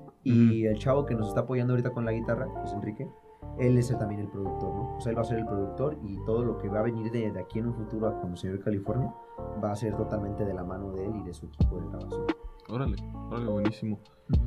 Y el chavo que nos está apoyando ahorita con la guitarra, que es Enrique, él es también el productor, ¿no? O sea, él va a ser el productor y todo lo que va a venir de aquí en un futuro a como Señor California va a ser totalmente de la mano de él y de su equipo de grabación. Órale, buenísimo.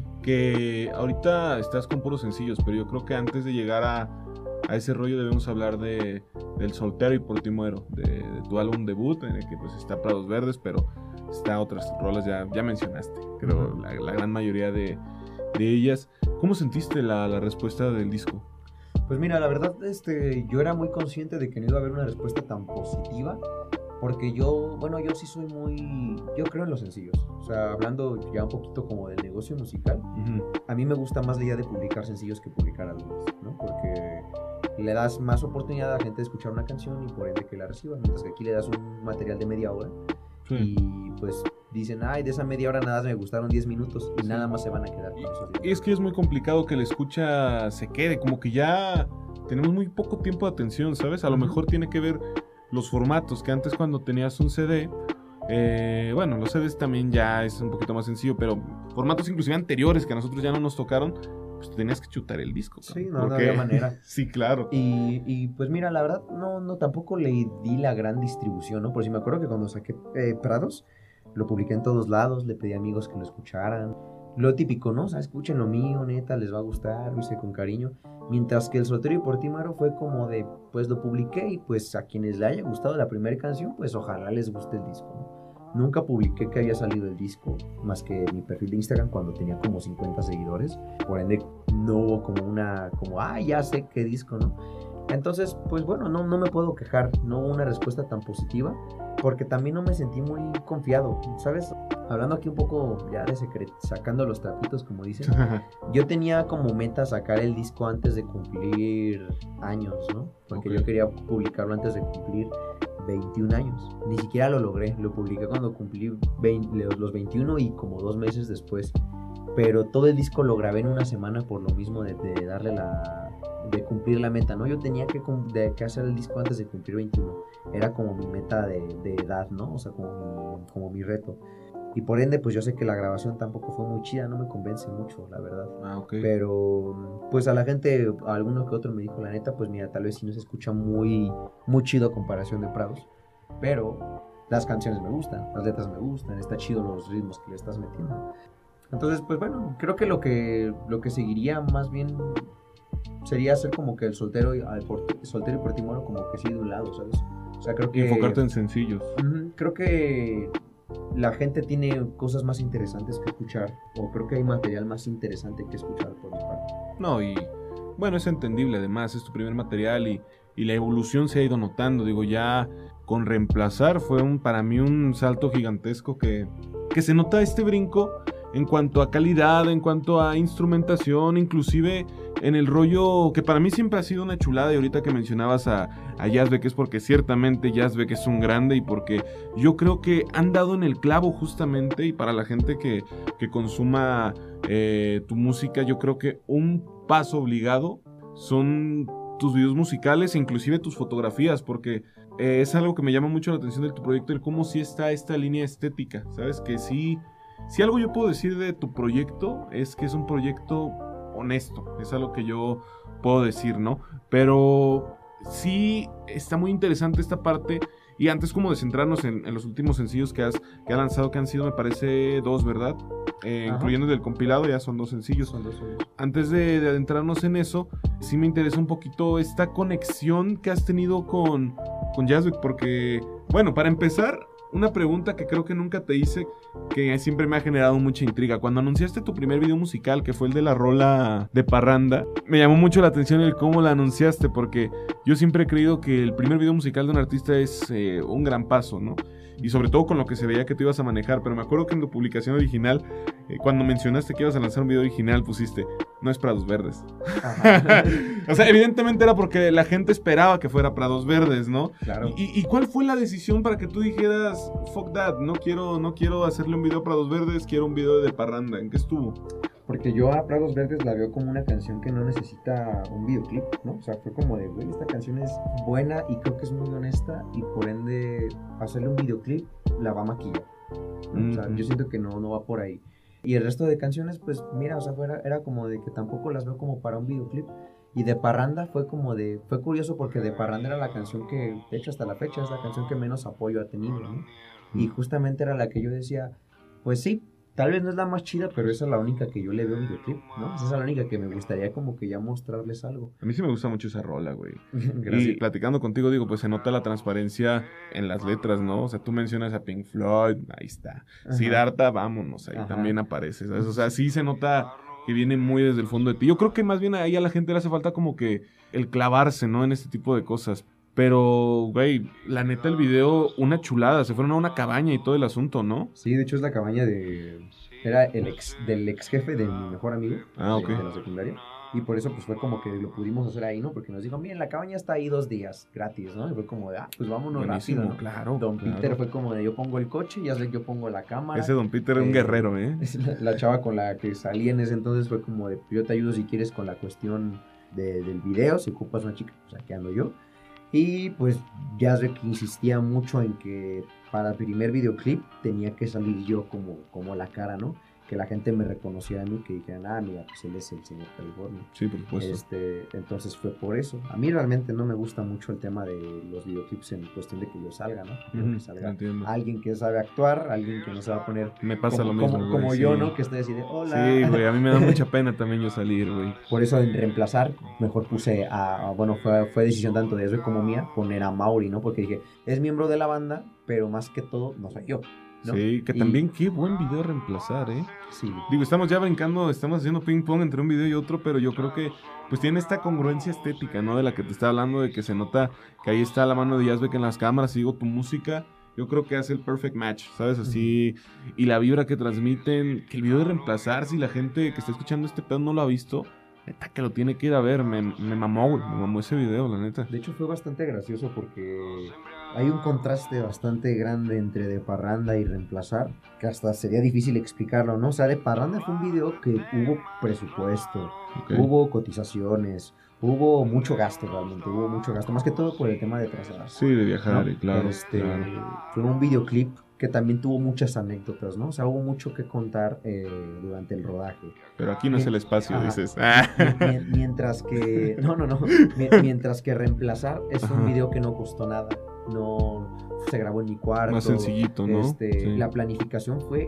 Que ahorita estás con puros sencillos, pero yo creo que antes de llegar a ese rollo debemos hablar del Soltero y Por Ti Muero, de tu álbum debut, en el que pues está Prados Verdes, pero está otras rolas ya mencionaste, creo, la gran mayoría de ellas. ¿Cómo sentiste la respuesta del disco? Pues mira, la verdad, yo era muy consciente de que no iba a haber una respuesta tan positiva, porque yo sí soy yo creo en los sencillos. O sea, hablando ya un poquito como del negocio musical, a mí me gusta más la idea de publicar sencillos que publicar álbumes, ¿no? Porque le das más oportunidad a la gente de escuchar una canción y por ende que la reciba, mientras que aquí le das un material de media hora y pues dicen, ay, de esa media hora nada más me gustaron 10 minutos y nada más se van a quedar con esos 10 minutos. Es que es muy complicado que la escucha se quede, como que ya tenemos muy poco tiempo de atención, ¿sabes? A lo mejor tiene que ver los formatos, que antes cuando tenías un CD, bueno, los CDs también ya es un poquito más sencillo, pero formatos inclusive anteriores que a nosotros ya no nos tocaron, pues tenías que chutar el disco. Sí, no había manera. Sí, claro. Y pues mira, la verdad, no tampoco le di la gran distribución, ¿no? Por si me acuerdo que cuando saqué Prados, lo publiqué en todos lados, le pedí a amigos que lo escucharan. Lo típico, ¿no? O sea, escuchen lo mío, neta, les va a gustar, lo hice con cariño. Mientras que El Soltero y Por Ti Muero fue como de, pues lo publiqué y pues a quienes le haya gustado la primera canción, pues ojalá les guste el disco, ¿no? Nunca publiqué que había salido el disco, más que mi perfil de Instagram cuando tenía como 50 seguidores. Por ende, no hubo ya sé qué disco, ¿no? Entonces, pues bueno, no me puedo quejar, no hubo una respuesta tan positiva, porque también no me sentí muy confiado, ¿sabes? Hablando aquí un poco ya de sacando los trapitos, como dicen, yo tenía como meta sacar el disco antes de cumplir años, ¿no? Porque yo quería publicarlo antes de cumplir 21 años. Ni siquiera lo logré, lo publiqué cuando cumplí los 21 y como 2 meses después. Pero todo el disco lo grabé en una semana por lo mismo de darle de cumplir la meta, ¿no? Yo tenía que hacer el disco antes de cumplir 21. Era como mi meta de edad, ¿no? O sea, como mi reto. Y por ende, pues yo sé que la grabación tampoco fue muy chida, no me convence mucho, la verdad. Pero, pues a la gente, a alguno que otro me dijo, la neta, pues mira, tal vez sí no se escucha muy, muy chido a comparación de Prados. Pero las canciones me gustan, las letras me gustan, está chido los ritmos que le estás metiendo. Entonces, pues bueno, creo que lo que seguiría más bien sería hacer como que el Soltero y Por Ti Muero como que sí de un lado, ¿sabes? O sea, creo que... enfocarte en sencillos. Creo que la gente tiene cosas más interesantes que escuchar, o creo que hay material más interesante que escuchar por mi parte. No, y bueno, es entendible, además, es tu primer material y la evolución se ha ido notando, digo, ya con Reemplazar fue para mí un salto gigantesco que se nota este brinco en cuanto a calidad, en cuanto a instrumentación, inclusive en el rollo que para mí siempre ha sido una chulada. Y ahorita que mencionabas a Yazbek, es porque ciertamente Yazbek es un grande y porque yo creo que han dado en el clavo justamente, y para la gente que consuma tu música, yo creo que un paso obligado son tus videos musicales e inclusive tus fotografías, porque es algo que me llama mucho la atención de tu proyecto, el cómo sí está esta línea estética, ¿sabes? Que sí... Si algo yo puedo decir de tu proyecto es que es un proyecto honesto, es algo que yo puedo decir, ¿no? Pero sí está muy interesante esta parte. Y antes como de centrarnos en los últimos sencillos que ha lanzado, que han sido, me parece, 2, ¿verdad? Incluyendo el del compilado, ya son 2 sencillos. Antes de adentrarnos en eso, sí me interesa un poquito esta conexión que has tenido con Yazbek, porque, bueno, para empezar... Una pregunta que creo que nunca te hice, que siempre me ha generado mucha intriga. Cuando anunciaste tu primer video musical, que fue el de la rola de Parranda, me llamó mucho la atención el cómo la anunciaste, porque yo siempre he creído que el primer video musical de un artista es un gran paso, ¿no? Y sobre todo con lo que se veía que te ibas a manejar. Pero me acuerdo que en tu publicación original cuando mencionaste que ibas a lanzar un video original, pusiste, no es Prados Verdes. Ajá. O sea, evidentemente era porque la gente esperaba que fuera Prados Verdes, ¿no? Claro. ¿Y cuál fue la decisión para que tú dijeras, fuck that, no quiero hacerle un video a Prados Verdes, quiero un video de parranda? ¿En qué estuvo? Porque yo a Prados Verdes la veo como una canción que no necesita un videoclip, ¿no? O sea, fue como de, güey, esta canción es buena y creo que es muy honesta y por ende hacerle un videoclip la va a maquillar. ¿No? O sea, yo siento que no va por ahí. Y el resto de canciones, pues mira, o sea, era como de que tampoco las veo como para un videoclip. Y de Parranda fue curioso porque de Parranda era la canción que, de hecho hasta la fecha, es la canción que menos apoyo ha tenido, ¿no? Y justamente era la que yo decía, pues sí, tal vez no es la más chida, pero esa es la única que yo le veo videoclip, ¿no? Esa es la única que me gustaría como que ya mostrarles algo. A mí sí me gusta mucho esa rola, güey. Gracias. Y platicando contigo, digo, pues se nota la transparencia en las letras, ¿no? O sea, tú mencionas a Pink Floyd, ahí está. Ajá. Siddhartha, vámonos, ahí Ajá. también aparece, ¿sabes? O sea, sí se nota que viene muy desde el fondo de ti. Yo creo que más bien ahí a la gente le hace falta como que el clavarse, ¿no? En este tipo de cosas. Pero, güey, la neta, el video, una chulada. Se fueron a una cabaña y todo el asunto, ¿no? Sí, de hecho es la cabaña era del ex jefe de mi mejor amigo. Ah, ok. De la secundaria. Y por eso pues fue como que lo pudimos hacer ahí, ¿no? Porque nos dijo, miren, la cabaña está ahí 2 días, gratis, ¿no? Y fue como de, pues vámonos Buenísimo, rápido, ¿no? claro. Don claro. Peter fue como de, yo pongo el coche, ya sé, yo pongo la cámara. Ese Don Peter es un guerrero, ¿eh? Es la chava con la que salí en ese entonces fue como de, yo te ayudo si quieres con la cuestión del video, si ocupas una chica, pues aquí ando yo. Y pues ya sé que insistía mucho en que para el primer videoclip tenía que salir yo como la cara, ¿no? Que la gente me reconociera a mí, que dijeran, mira, pues él es el señor California. Sí, por supuesto. Entonces fue por eso. A mí realmente no me gusta mucho el tema de los videoclips en cuestión de que yo salga, ¿no? Quiero que salga alguien que sabe actuar, alguien que no se va a poner me pasa como, lo mismo, como sí. yo, ¿no? Que estoy así de, hola. Sí, güey, a mí me da mucha pena también yo salir, güey. Por eso en reemplazar, mejor puse fue decisión tanto de eso como mía, poner a Mauri, ¿no? Porque dije, es miembro de la banda, pero más que todo, no soy yo, ¿no? Sí, que también qué buen video reemplazar, ¿eh? Sí. Digo, estamos ya brincando, estamos haciendo ping pong entre un video y otro, pero yo creo que pues tiene esta congruencia estética, ¿no? De la que te estaba hablando, de que se nota que ahí está la mano de Yazbek en las cámaras, y digo, tu música, yo creo que hace el perfect match, ¿sabes? Así, y la vibra que transmiten, que el video de reemplazar, si la gente que está escuchando este pedo no lo ha visto, neta que lo tiene que ir a ver, me mamó, güey, me mamó ese video, la neta. De hecho fue bastante gracioso porque hay un contraste bastante grande entre De Parranda y Reemplazar, que hasta sería difícil explicarlo, ¿no? O sea, De Parranda fue un video que hubo presupuesto, hubo cotizaciones, hubo mucho gasto realmente, más que todo por el tema de trasladarse. Sí, de viajar, ¿no? claro, Fue un videoclip que también tuvo muchas anécdotas, ¿no? O sea, hubo mucho que contar durante el rodaje. Pero aquí no es el espacio, dices. Mientras que... No. Mientras que Reemplazar es un video que no costó nada. No se grabó en mi cuarto. Más sencillito, ¿no? Sí. La planificación fue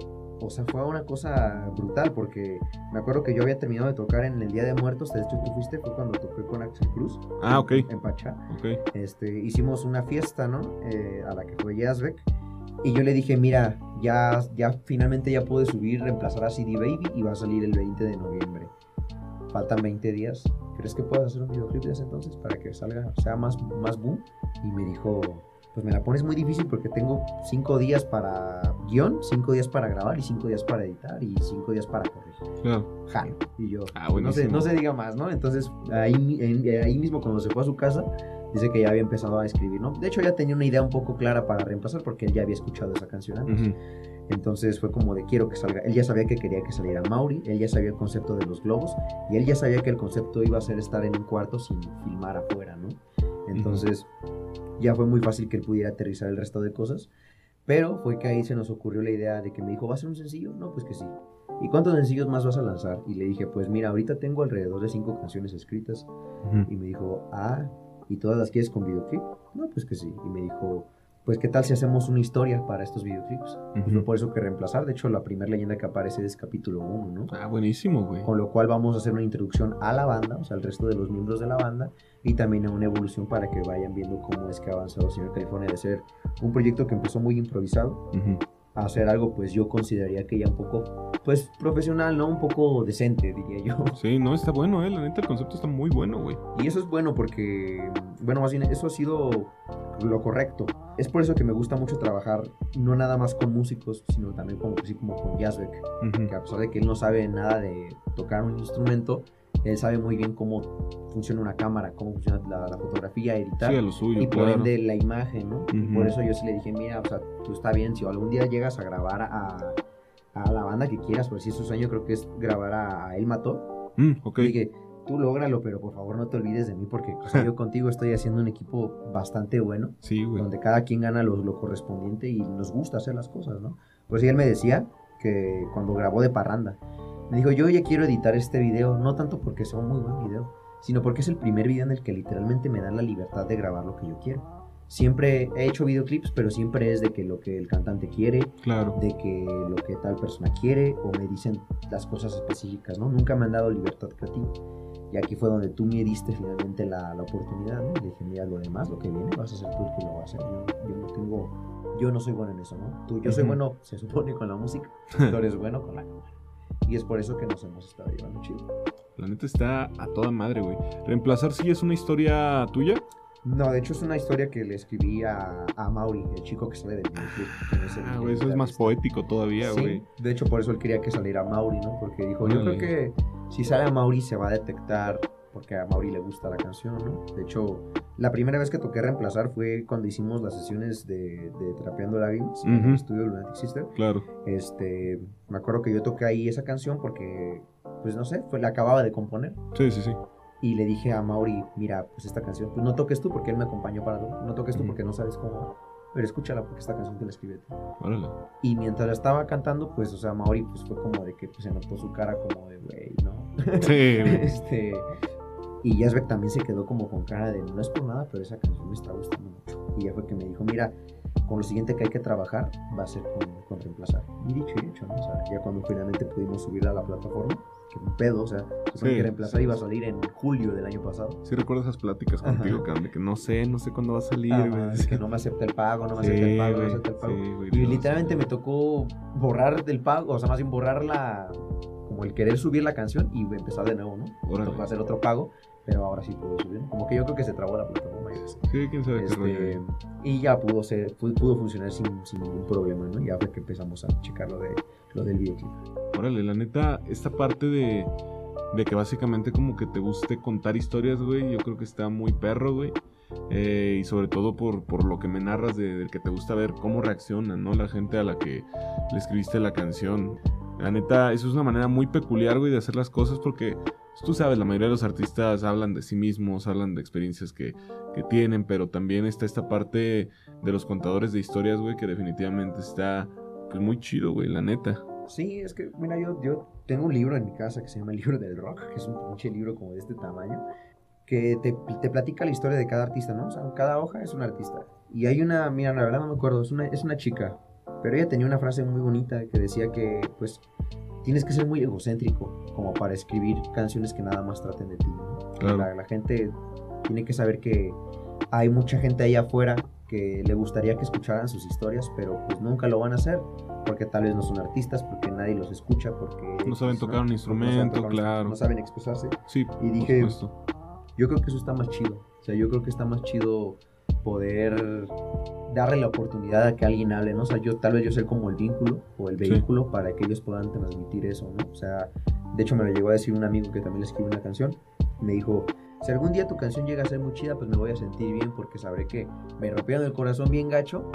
una cosa brutal, porque me acuerdo que yo había terminado de tocar en el Día de Muertos. De hecho, tú fuiste, fue cuando toqué con Axel Cruz. Ok. En Pachá. Ok. Hicimos una fiesta, ¿no? A la que fue Yazbek. Y yo le dije, mira, ya finalmente ya pude subir, reemplazar a CD Baby y va a salir el 20 de noviembre. Faltan 20 días. ¿Crees que puedas hacer un videoclip de ese entonces para que sea más boom? Y me dijo, pues me la pones muy difícil porque tengo 5 días para guión, 5 días para grabar y 5 días para editar y 5 días para corregir. Claro. Jalo. Y yo, no se diga más, ¿no? Entonces, ahí mismo cuando se fue a su casa, dice que ya había empezado a escribir, ¿no? De hecho, ya tenía una idea un poco clara para Reemplazar porque él ya había escuchado esa canción antes. Uh-huh. Entonces fue como de quiero que salga. Él ya sabía que quería que saliera Mauri, él ya sabía el concepto de los globos y él ya sabía que el concepto iba a ser estar en un cuarto sin filmar afuera, ¿no? Entonces ya fue muy fácil que él pudiera aterrizar el resto de cosas, pero fue que ahí se nos ocurrió la idea de que me dijo, ¿va a ser un sencillo? No, pues que sí. ¿Y cuántos sencillos más vas a lanzar? Y le dije, pues mira, ahorita tengo alrededor de 5 canciones escritas. Y me dijo, ¿y todas las quieres con videoclip? No, pues que sí. Y me dijo, pues qué tal si hacemos una historia para estos videoclips. Y fue por eso que Reemplazar, de hecho la primera leyenda que aparece es capítulo 1, ¿no? Buenísimo, güey. Con lo cual vamos a hacer una introducción a la banda, o sea, al resto de los miembros de la banda, y también a una evolución para que vayan viendo cómo es que ha avanzado Señor California de ser un proyecto que empezó muy improvisado a hacer algo, pues yo consideraría que ya un poco, pues profesional, ¿no? Un poco decente, diría yo. Sí, no, está bueno, la neta el concepto está muy bueno, güey. Y eso es bueno porque, bueno, más bien eso ha sido lo correcto. Es por eso que me gusta mucho trabajar no nada más con músicos, sino también como con Yazbek, que a pesar de que él no sabe nada de tocar un instrumento, él sabe muy bien cómo funciona una cámara, cómo funciona la fotografía, editar, Sí, a lo suyo, y por claro. ende la imagen, ¿no? Y Ujú. por eso yo sí le dije, mira, o sea, tú está bien, si algún día llegas a grabar a la banda que quieras, por si su sueño creo que es grabar a El Mató, Ok. dije, tú lógralo, pero por favor no te olvides de mí, porque o sea, yo contigo estoy haciendo un equipo bastante bueno, Sí, güey. donde cada quien gana lo correspondiente y nos gusta hacer las cosas, ¿no? Pues sí, él me decía que cuando grabó de Parranda, me dijo, yo ya quiero editar este video, no tanto porque sea un muy buen video, sino porque es el primer video en el que literalmente me dan la libertad de grabar lo que yo quiero. Siempre he hecho videoclips, pero siempre es de que lo que el cantante quiere, Claro. de que lo que tal persona quiere, o me dicen las cosas específicas, ¿no? Nunca me han dado libertad creativa. Y aquí fue donde tú me diste finalmente la oportunidad, ¿no? Le dije, mira, lo demás, lo que viene, vas a ser tú el que lo va a hacer. Yo no soy bueno en eso, ¿no? Yo soy bueno, se supone, con la música, tú eres bueno con la cámara. Y es por eso que nos hemos estado llevando chido. La neta está a toda madre, güey. ¿Reemplazar sí es una historia tuya? No, de hecho es una historia que le escribí a Mauri, el chico que sale del videoclip. que es el Güey, eso es más guitarrista. poético todavía, Sí, güey. de hecho por eso él quería que saliera Mauri, ¿no? Porque dijo, yo Órale. creo que si sale a Mauri se va a detectar, porque a Mauri le gusta la canción, ¿no? De hecho, la primera vez que toqué Reemplazar fue cuando hicimos las sesiones de Trapeando Lágrimas en el Ujú. estudio de Lunatic Sister. Claro. Me acuerdo que yo toqué ahí esa canción porque, pues no sé, la acababa de componer. Sí, sí, sí. Y le dije a Mauri, mira, pues esta canción, pues no toques tú porque él me acompañó para todo. No toques tú Ujú. porque no sabes cómo va. Pero escúchala porque esta canción te la escribí a ti. Órale. Y mientras la estaba cantando, pues, o sea, Mauri, pues fue como de que pues, se notó su cara como de, güey, ¿no? Sí, güey. Y Yazbek también se quedó como con cara de, no es por nada, pero esa canción me está gustando mucho. Y ya fue que me dijo, mira, con lo siguiente que hay que trabajar va a ser con Reemplazar. Y dicho y hecho, ¿no? O sea, ya cuando finalmente pudimos subirla a la plataforma, que un pedo, o sea, se supone Sí, que Reemplazar sí, iba a sí. salir en julio del año pasado. Sí recuerdo esas pláticas contigo, Ajá. Cam, de que no sé cuándo va a salir, Ajá, güey. de que no me acepta el pago, no me Sí, acepta el pago, no me güey, acepta el pago. sí, güey, Y no, literalmente sí. me tocó borrar del pago, o sea, más bien borrar como el querer subir la canción y empezar de nuevo, ¿no? Me Órale. tocó hacer otro pago, pero ahora sí puedo subir. Como que yo creo que se trabó la plataforma. Yo qué sé. Sí, quién sabe qué rollo. hay. Y ya pudo funcionar sin ningún problema, ¿no? Ya fue que empezamos a checar lo del videoclip. Órale, la neta, esta parte de que básicamente como que te guste contar historias, güey, yo creo que está muy perro, güey. Y sobre todo por lo que me narras del que te gusta ver cómo reacciona, ¿no? La gente a la que le escribiste la canción. La neta, eso es una manera muy peculiar, güey, de hacer las cosas porque, pues, tú sabes, la mayoría de los artistas hablan de sí mismos, hablan de experiencias que tienen, pero también está esta parte de los contadores de historias, güey, que definitivamente está, pues, muy chido, güey, la neta. Sí, es que, mira, yo tengo un libro en mi casa que se llama El Libro del Rock, que es un pinche libro como de este tamaño, que te platica la historia de cada artista, ¿no? O sea, cada hoja es un artista. Y hay una, mira, la verdad no me acuerdo, es una chica, pero ella tenía una frase muy bonita que decía que, pues, tienes que ser muy egocéntrico como para escribir canciones que nada más traten de ti, ¿no? Claro. La gente tiene que saber que hay mucha gente ahí afuera que le gustaría que escucharan sus historias, pero pues nunca lo van a hacer, porque tal vez no son artistas, porque nadie los escucha, porque No saben tocar un No instrumento, saben tocar un- claro. no saben expresarse. Sí, Y dije, por supuesto. Yo creo que eso está más chido. O sea, yo creo que está más chido poder darle la oportunidad a que alguien hable, ¿no? O sea, tal vez yo ser como el vínculo o el vehículo para que ellos puedan transmitir eso, ¿no? O sea, de hecho me lo llegó a decir un amigo que también le escribe una canción. Me dijo, si algún día tu canción llega a ser muy chida, pues me voy a sentir bien porque sabré que me rompieron el corazón bien gacho,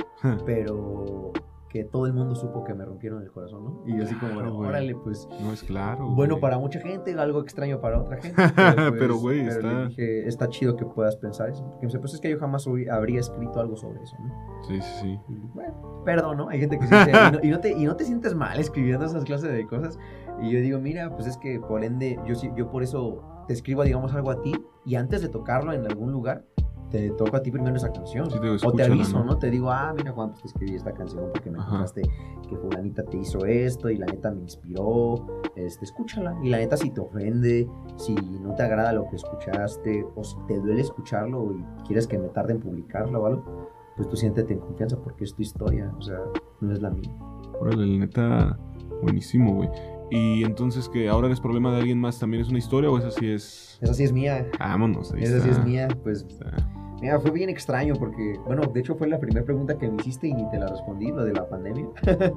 pero que todo el mundo supo que me rompieron el corazón, ¿no? Y yo así como, Claro, bueno, güey. órale, pues No es claro. bueno güey. para mucha gente, algo extraño para otra gente. Pero, güey, le está- dije, está chido que puedas pensar eso. Porque me dice, pues es que yo jamás habría escrito algo sobre eso, ¿no? Sí, sí, sí. Y bueno, perdón, ¿no? Hay gente que sí dice, y no te sientes mal escribiendo esas clases de cosas. Y yo digo, mira, pues es que por ende, yo por eso te escribo, digamos, algo a ti. Y antes de tocarlo en algún lugar, te toco a ti primero esa canción. Sí, te digo, o te escúchala, aviso, ¿no? ¿no? Te digo, mira, Juan, pues te escribí esta canción porque me Ajá. contaste que fulanita te hizo esto y la neta me inspiró. Escúchala. Y la neta, si te ofende, si no te agrada lo que escuchaste, o si te duele escucharlo y quieres que me tarde en publicarlo o algo, pues tú siéntete en confianza porque es tu historia, o sea, no es la mía. Órale, la neta, buenísimo, güey. Y entonces, que ahora eres problema de alguien más, ¿también es una historia o esa sí es...? Esa sí es mía. Vámonos, ahí Esa sí está. es mía, pues. Está. Mira, fue bien extraño porque, bueno, de hecho fue la primera pregunta que me hiciste y ni te la respondí, lo de la pandemia.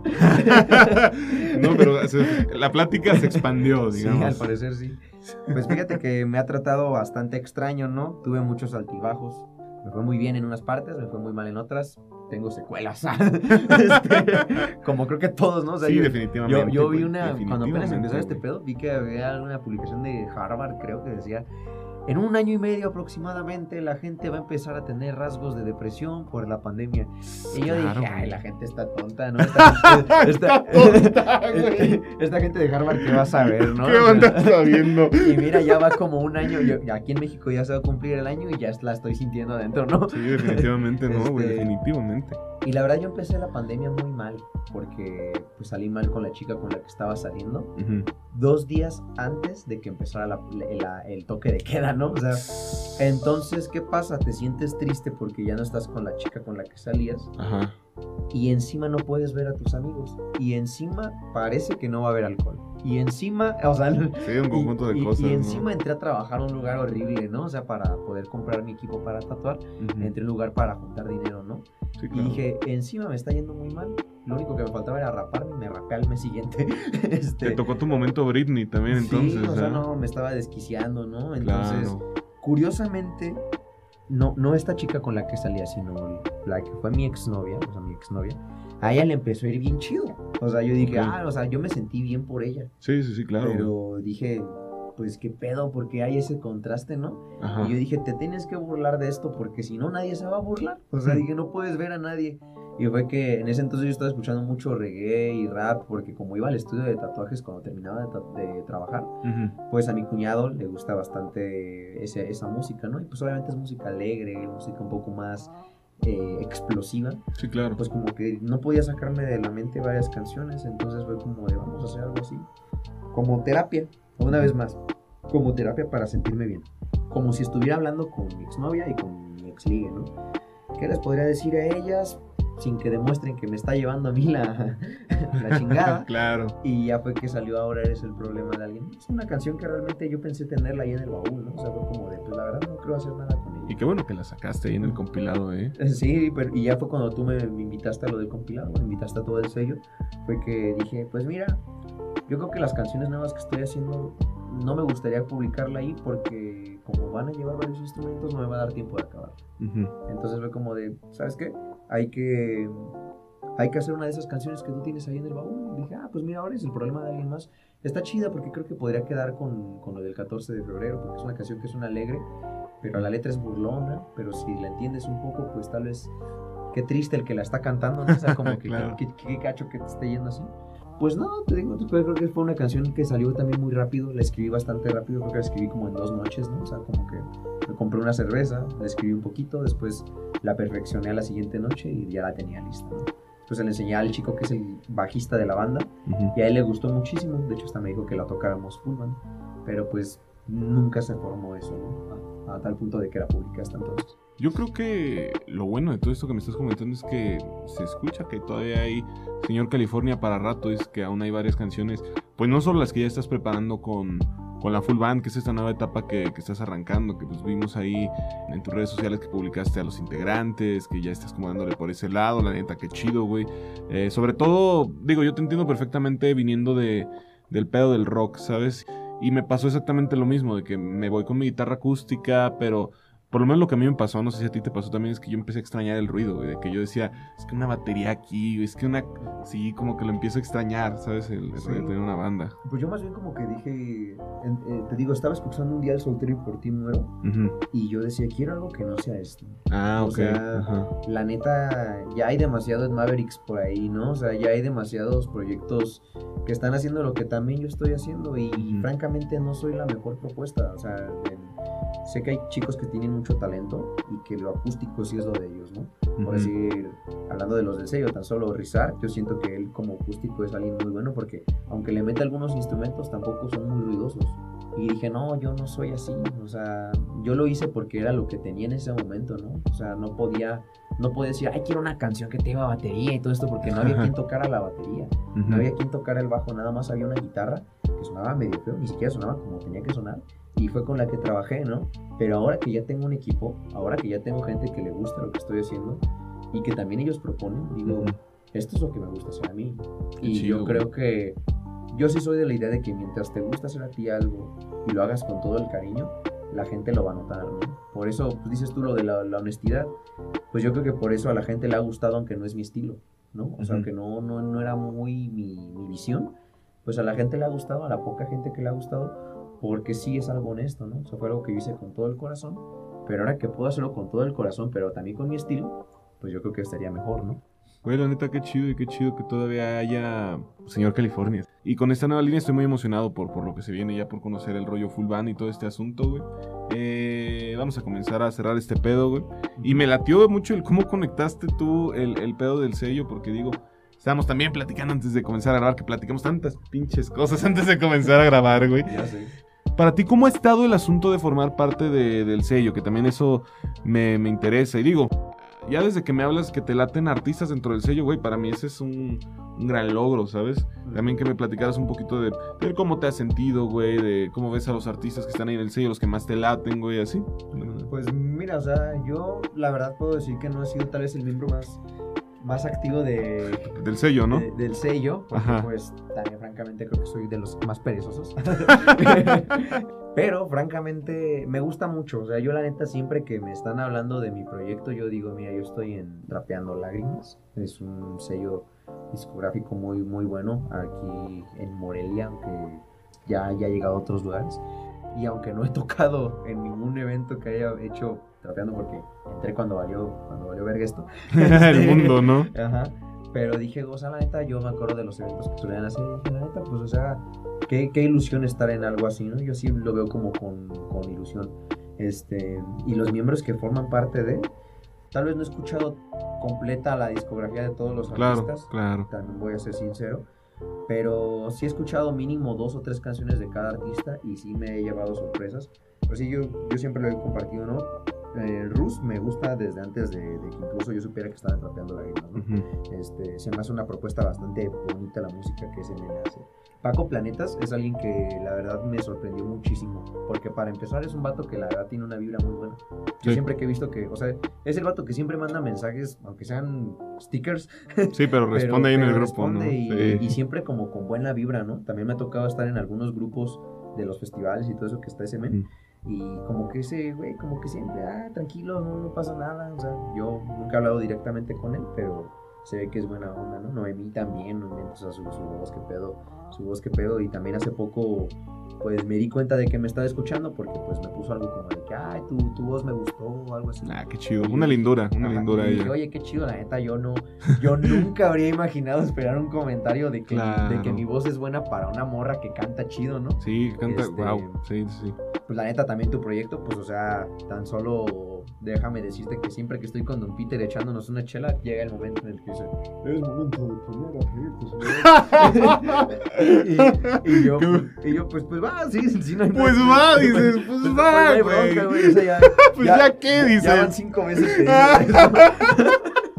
No, pero la plática se expandió, digamos. Sí, al parecer sí. Pues fíjate que me ha tratado bastante extraño, ¿no? Tuve muchos altibajos. Me fue muy bien en unas partes, me fue muy mal en otras. Tengo secuelas. Como creo que todos, ¿no? O sea, sí, definitivamente. Yo vi cuando apenas empezó este pedo, vi que había una publicación de Harvard, creo que decía: en 1 año y medio aproximadamente la gente va a empezar a tener rasgos de depresión por la pandemia. Y yo dije, ay, la gente está tonta, ¿no? Esta gente de Harvard, ¿qué va a saber, no? ¿Qué onda está viendo? Y mira, ya va como 1 año, aquí en México ya se va a cumplir el año y ya la estoy sintiendo adentro, ¿no? Sí, definitivamente no, güey, definitivamente. Y la verdad yo empecé la pandemia muy mal, porque pues salí mal con la chica con la que estaba saliendo, 2 días antes de que empezara el toque de queda, ¿no? O sea, entonces, ¿qué pasa? Te sientes triste porque ya no estás con la chica con la que salías. Ajá. Y encima no puedes ver a tus amigos. Y encima parece que no va a haber alcohol. Y encima, o sea... Sí, un conjunto de cosas, y encima, ¿no? Entré a trabajar a un lugar horrible, ¿no? O sea, para poder comprar mi equipo para tatuar. Entré a un lugar para juntar dinero, ¿no? Sí, claro. Y dije, encima me está yendo muy mal. Lo único que me faltaba era raparme y me rapé al mes siguiente. Te tocó tu momento Britney también, entonces. Sí, o sea, no, me estaba desquiciando, ¿no? Entonces, claro. Curiosamente, no esta chica con la que salía, sino la que fue mi exnovia, o sea, mi exnovia, a ella le empezó a ir bien chido. O sea, yo dije, o sea, yo me sentí bien por ella. Sí, claro. Pero dije, pues qué pedo, porque hay ese contraste, ¿no? Ajá. Y yo dije, te tienes que burlar de esto, porque si no, nadie se va a burlar. O sea, dije, no puedes ver a nadie. Y fue que en ese entonces yo estaba escuchando mucho reggae y rap, porque como iba al estudio de tatuajes cuando terminaba de trabajar, pues a mi cuñado le gusta bastante esa música, ¿no? Y pues obviamente es música alegre, música un poco más explosiva. Sí, claro. Pues como que no podía sacarme de la mente varias canciones, entonces fue como de vamos a hacer algo así, como terapia, una vez más, como terapia para sentirme bien, como si estuviera hablando con mi exnovia y con mi exligue, ¿no? ¿Qué les podría decir a ellas sin que demuestren que me está llevando a mí la chingada? Claro. Y ya fue que salió Ahora Eres el Problema de Alguien. Es una canción que realmente yo pensé tenerla ahí en el baúl, ¿no? O sea, fue como de, pues la verdad no creo hacer nada con ella. Y qué bueno que la sacaste ahí en el compilado, ¿eh? Sí, pero y ya fue cuando tú me invitaste a lo del compilado, me invitaste a todo el sello, fue que dije, pues mira, yo creo que las canciones nuevas que estoy haciendo no me gustaría publicarla ahí porque como van a llevar varios instrumentos no me va a dar tiempo de acabar. Entonces fue como de, ¿sabes qué? Hay que hacer una de esas canciones que tú tienes ahí en el baúl. Y dije, pues mira, Ahora Es el Problema de Alguien Más. Está chida porque creo que podría quedar con lo del 14 de febrero, porque es una canción que es una alegre, pero la letra es burlona, pero si la entiendes un poco, pues tal vez, qué triste el que la está cantando, ¿no? O sea, como que claro. qué cacho que te esté yendo así. Pues no, te digo, creo que fue una canción que salió también muy rápido, la escribí bastante rápido, creo que la escribí como en 2 noches, ¿no? O sea, como que me compré una cerveza, la escribí un poquito, después la perfeccioné a la siguiente noche y ya la tenía lista, ¿no? Después se le enseñé al chico que es el bajista de la banda y a él le gustó muchísimo, de hecho hasta me dijo que la tocáramos full band, pero pues nunca se formó eso, ¿no? A tal punto de que era pública hasta entonces. Yo creo que lo bueno de todo esto que me estás comentando es que se escucha que todavía hay Señor California para rato, es que aún hay varias canciones, pues no solo las que ya estás preparando con la full band, que es esta nueva etapa que estás arrancando, que pues vimos ahí en tus redes sociales que publicaste a los integrantes, que ya estás como dándole por ese lado, la neta, qué chido, güey. Sobre todo, digo, yo te entiendo perfectamente viniendo del pedo del rock, ¿sabes? Y me pasó exactamente lo mismo, de que me voy con mi guitarra acústica, pero por lo menos lo que a mí me pasó, no sé si a ti te pasó también, es que yo empecé a extrañar el ruido, güey, de que yo decía, es que una batería aquí, es que sí, como que lo empiezo a extrañar, ¿sabes? El de tener una banda. Pues yo más bien como que dije, te digo, estaba escuchando un día El Soltero y Por Ti Muero, y yo decía, quiero algo que no sea esto. Ok. O sea, la neta, ya hay demasiados Mavericks por ahí, ¿no? O sea, ya hay demasiados proyectos que están haciendo lo que también yo estoy haciendo y francamente no soy la mejor propuesta, o sea, sé que hay chicos que tienen mucho talento y que lo acústico sí es lo de ellos, ¿no? Por decir, hablando de los del sello, tan solo Rizar, yo siento que él como acústico es alguien muy bueno porque aunque le mete algunos instrumentos tampoco son muy ruidosos. Y dije, no, yo no soy así, o sea, yo lo hice porque era lo que tenía en ese momento, ¿no? O sea, no podía decir, ay, quiero una canción que tenga batería y todo esto, porque no había quien tocara la batería, no había quien tocara el bajo, nada más había una guitarra que sonaba medio feo, ni siquiera sonaba como tenía que sonar, y fue con la que trabajé, ¿no? Pero ahora que ya tengo un equipo, ahora que ya tengo gente que le gusta lo que estoy haciendo y que también ellos proponen, digo, esto es lo que me gusta hacer a mí. Y chido, yo creo que yo sí soy de la idea de que mientras te gusta hacer a ti algo y lo hagas con todo el cariño, la gente lo va a notar, ¿no? Por eso, pues dices tú lo de la honestidad, pues yo creo que por eso a la gente le ha gustado, aunque no es mi estilo, ¿no? O sea, aunque no era muy mi visión, pues a la gente le ha gustado, a la poca gente que le ha gustado, porque sí es algo honesto, ¿no? O sea, fue algo que yo hice con todo el corazón, pero ahora que puedo hacerlo con todo el corazón, pero también con mi estilo, pues yo creo que estaría mejor, ¿no? Güey, la neta, qué chido y qué chido que todavía haya Señor California. Y con esta nueva línea estoy muy emocionado por lo que se viene ya, por conocer el rollo full band y todo este asunto, güey. Vamos a comenzar a cerrar este pedo, güey. Y me latió mucho el cómo conectaste tú el pedo del sello, porque digo, estábamos también platicando antes de comenzar a grabar, que platicamos tantas pinches cosas antes de comenzar a grabar, güey. Ya sé. Para ti, ¿cómo ha estado el asunto de formar parte del sello? Que también eso me interesa. Y digo, ya desde que me hablas que te laten artistas dentro del sello, güey, para mí ese es un gran logro, ¿sabes? También que me platicaras un poquito de cómo te has sentido, güey, de cómo ves a los artistas que están ahí en el sello, los que más te laten, güey, así. Pues mira, o sea, yo la verdad puedo decir que no he sido tal vez el miembro más activo del sello, ¿no? Del sello, porque Ajá. pues también francamente creo que soy de los más perezosos. Pero francamente me gusta mucho, o sea, yo la neta siempre que me están hablando de mi proyecto, yo digo, mira, yo estoy en Trapeando Lágrimas, es un sello discográfico muy, muy bueno aquí en Morelia, aunque ya ha llegado a otros lugares. Y aunque no he tocado en ningún evento que haya hecho Trapeando, porque entré cuando valió verga esto. El mundo, ¿no? Ajá. Pero dije, o sea, la neta, yo me acuerdo de los eventos que solían hacer. Y dije, la neta, pues, o sea, qué ilusión estar en algo así, ¿no? Yo sí lo veo como con ilusión. Y los miembros que forman parte de... Tal vez no he escuchado completa la discografía de todos los artistas. Claro. También voy a ser sincero. Pero sí he escuchado mínimo 2 o 3 canciones de cada artista y sí me he llevado sorpresas. Pero sí, yo siempre lo he compartido, ¿no? Rus me gusta desde antes de que incluso yo supiera que estaban Trapeando Lágrimas, ¿no? Se me hace una propuesta bastante bonita la música que ese nene hace. Paco Planetas es alguien que la verdad me sorprendió muchísimo, porque para empezar es un vato que la verdad tiene una vibra muy buena. Yo siempre que he visto que, o sea, es el vato que siempre manda mensajes, aunque sean stickers. Sí, pero responde ahí en el grupo, responde, ¿no? Y siempre como con buena vibra, ¿no? También me ha tocado estar en algunos grupos de los festivales y todo eso que está ese men. Y como que ese güey, como que siempre, tranquilo, no pasa nada. O sea, yo nunca he hablado directamente con él, pero se ve que es buena onda, ¿no? Noemí también, o sea, su voz, qué pedo. Y también hace poco, pues me di cuenta de que me estaba escuchando porque pues me puso algo como de que, tu voz me gustó o algo así. Qué chido, una lindura Y ella. dije, oye, qué chido, la neta, yo nunca habría imaginado esperar un comentario de que, Claro. de que mi voz es buena para una morra que canta chido, ¿no? Sí, canta, wow, sí. Pues la neta, también tu proyecto, pues o sea, tan solo déjame decirte que siempre que estoy con Don Peter echándonos una chela, llega el momento en el que dice, es momento de poner a proyectos. y yo, pues va, sí, no hay Pues no va, hay- dices, pues no va, hay güey. bronca, güey, o sea, Pues ya qué, dices. Ya van 5 veces que dices eso.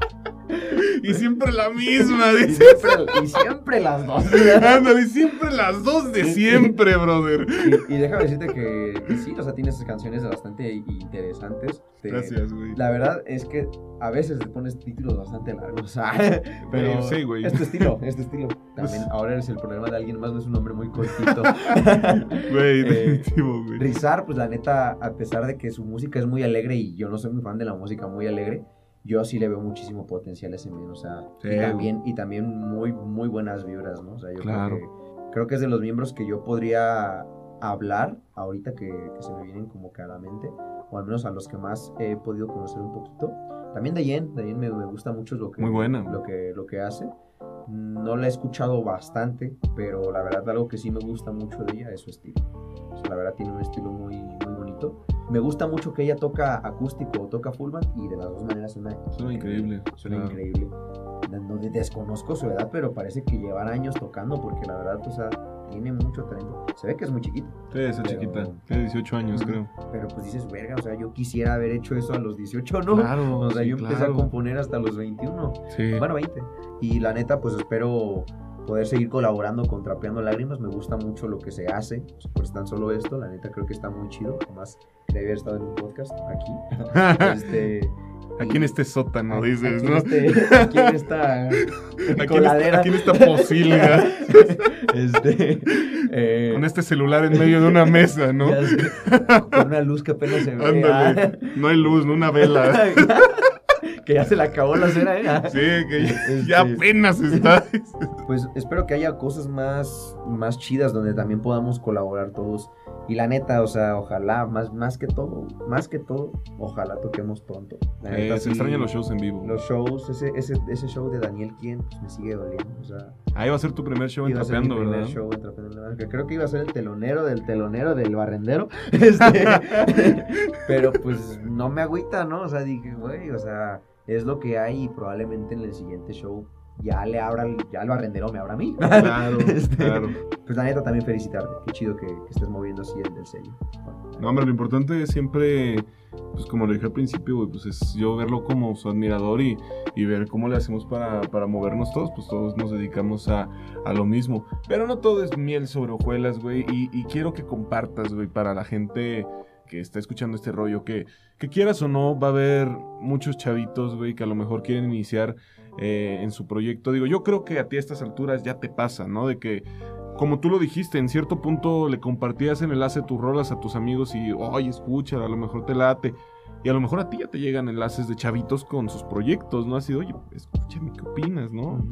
Y siempre la misma, Y dices. siempre las dos. Ándale, siempre las dos de siempre, brother. Y déjame decirte que sí, o sea, tienes canciones bastante interesantes. Gracias, güey. La verdad es que a veces le pones títulos bastante largos. Pero Sí, güey. es tu estilo. También ahora eres el problema de alguien más, no es un nombre muy cortito. Güey, definitivo, güey. Rizar, pues la neta, a pesar de que su música es muy alegre y yo no soy muy fan de la música muy alegre, yo sí le veo muchísimo potencial a ese men, o sea, Sí. y también muy, muy buenas vibras, ¿no? O sea, yo Claro. creo que es de los miembros que yo podría hablar ahorita que se me vienen como que a la mente, o al menos a los que más he podido conocer un poquito. También Dayen me gusta mucho lo que, Muy buena. lo que hace. No la he escuchado bastante, pero la verdad algo que sí me gusta mucho de ella es su estilo. O sea, la verdad tiene un estilo muy, muy bonito. Me gusta mucho que ella toca acústico o toca full band y de las dos maneras suena increíble. Suena Claro. increíble. No desconozco su edad, pero parece que llevará años tocando porque la verdad, o sea, tiene mucho talento. Se ve que es muy chiquita. Sí, esa Pero- chiquita. Tiene 18 años, creo. Pero pues dices, verga, o sea, yo quisiera haber hecho eso a los 18, ¿no? Claro, O sea, sí, yo empecé claro. a componer hasta los 21. Sí. Bueno, 20. Y la neta, pues espero poder seguir colaborando con Trapeando Lágrimas. Me gusta mucho lo que se hace, pues tan solo esto, la neta creo que está muy chido, jamás creí haber estado en un podcast aquí. Aquí en este sótano, dices, ¿no? Aquí en esta coladera. Aquí en esta pocilga. Con este celular en medio de una mesa, ¿no? Con una luz que apenas se ve. Ándale. No hay luz, no una vela. Que ya se le acabó la cera, Sí, que ya apenas está. Pues espero que haya cosas más chidas donde también podamos colaborar todos. Y la neta, o sea, ojalá, más que todo, ojalá toquemos pronto. La neta, se extrañan los shows en vivo. Los shows, ese show de Daniel Quien, pues me sigue doliendo, o sea. Ahí va a ser tu primer show en Trapeando, ¿verdad? Primer show en Trapeando, que creo que iba a ser el telonero del barrendero. Pero pues no me agüita, ¿no? O sea, dije, güey, o sea, es lo que hay y probablemente en el siguiente show ya el barrendero me abra a mí. Claro, claro. Pues la neta también felicitarte, qué chido que estés moviendo así el del sello. No, hombre, lo importante es siempre, pues como lo dije al principio, güey, pues es yo verlo como su admirador y ver cómo le hacemos para movernos todos, pues todos nos dedicamos a lo mismo. Pero no todo es miel sobre hojuelas, güey, y quiero que compartas, güey, para la gente que está escuchando este rollo, que quieras o no, va a haber muchos chavitos, güey, que a lo mejor quieren iniciar en su proyecto. Digo, yo creo que a ti a estas alturas ya te pasa, ¿no? De que, como tú lo dijiste, en cierto punto le compartías en enlace tus rolas a tus amigos y, oye, escúchala, a lo mejor te late. Y a lo mejor a ti ya te llegan enlaces de chavitos con sus proyectos, ¿no? Así de, oye, escúchame, ¿qué opinas, no?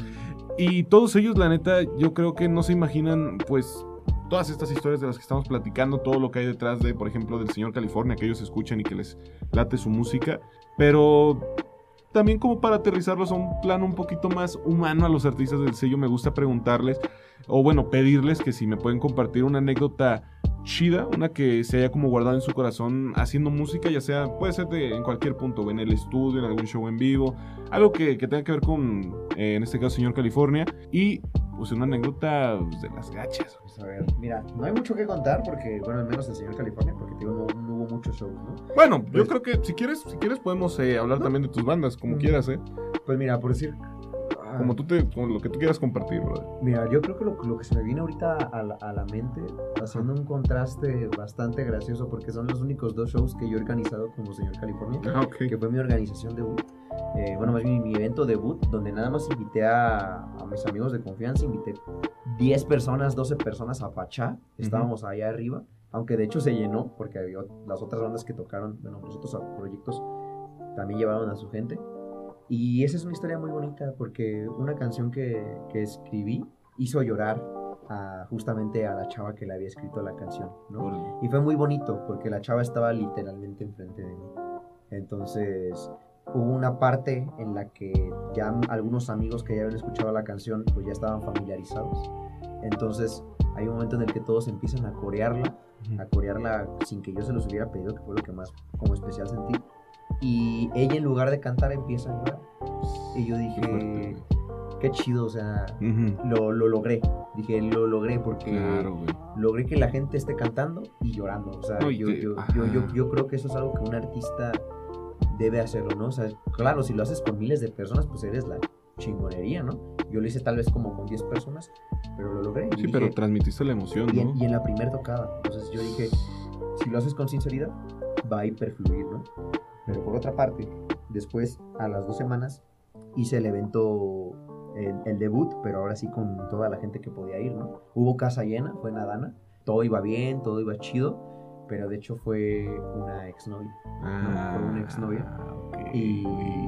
Y todos ellos, la neta, yo creo que no se imaginan, pues, todas estas historias de las que estamos platicando, todo lo que hay detrás de, por ejemplo, del señor California, que ellos escuchan y que les late su música, pero también como para aterrizarlos a un plano un poquito más humano a los artistas del sello, me gusta preguntarles, o bueno, pedirles que si me pueden compartir una anécdota chida, una que se haya como guardado en su corazón haciendo música, ya sea, puede ser en cualquier punto, en el estudio, en algún show en vivo, algo que tenga que ver con, en este caso, señor California, y pues una anécdota de las gachas. Pues a ver, mira, no hay mucho que contar porque, bueno, al menos el señor California, porque digo, no hubo muchos shows, ¿no? Bueno, pues, yo creo que si quieres podemos hablar también de tus bandas, como quieras, Pues mira, por decir, como lo que tú quieras compartir, brother. Mira, yo creo que lo que se me viene ahorita a la mente, haciendo un contraste bastante gracioso, porque son los únicos 2 shows que yo he organizado como señor California, Okay. Que fue mi organización debut. Bueno, más bien mi evento debut, donde nada más invité a mis amigos de confianza, invité 10 personas, 12 personas a Pachá, estábamos allá arriba, aunque de hecho se llenó, porque había las otras bandas que tocaron, bueno, los otros proyectos también llevaron a su gente. Y esa es una historia muy bonita porque una canción que escribí hizo llorar justamente a la chava que le había escrito la canción, ¿no? Y fue muy bonito porque la chava estaba literalmente enfrente de mí. Entonces hubo una parte en la que ya algunos amigos que ya habían escuchado la canción pues ya estaban familiarizados. Entonces hay un momento en el que todos empiezan a corearla sin que yo se los hubiera pedido, que fue lo que más como especial sentí. Y ella en lugar de cantar empieza a llorar. Y yo dije, qué chido, o sea, lo logré. Dije, lo logré porque logré que la gente esté cantando y llorando. O sea, yo creo que eso es algo que un artista debe hacerlo, ¿no? O sea, claro, si lo haces con miles de personas, pues eres la chingonería, ¿no? Yo lo hice tal vez como con 10 personas, pero lo logré. Sí, pero transmitiste la emoción, ¿no? Y en la primera tocada. Entonces yo dije, si lo haces con sinceridad, va a hiperfluir, ¿no? Pero por otra parte, después, a las 2 semanas, hice el evento, el debut, pero ahora sí con toda la gente que podía ir, ¿no? Hubo casa llena, fue en Adana, todo iba bien, todo iba chido, pero de hecho fue una exnovia. Fue una exnovia. Okay. Y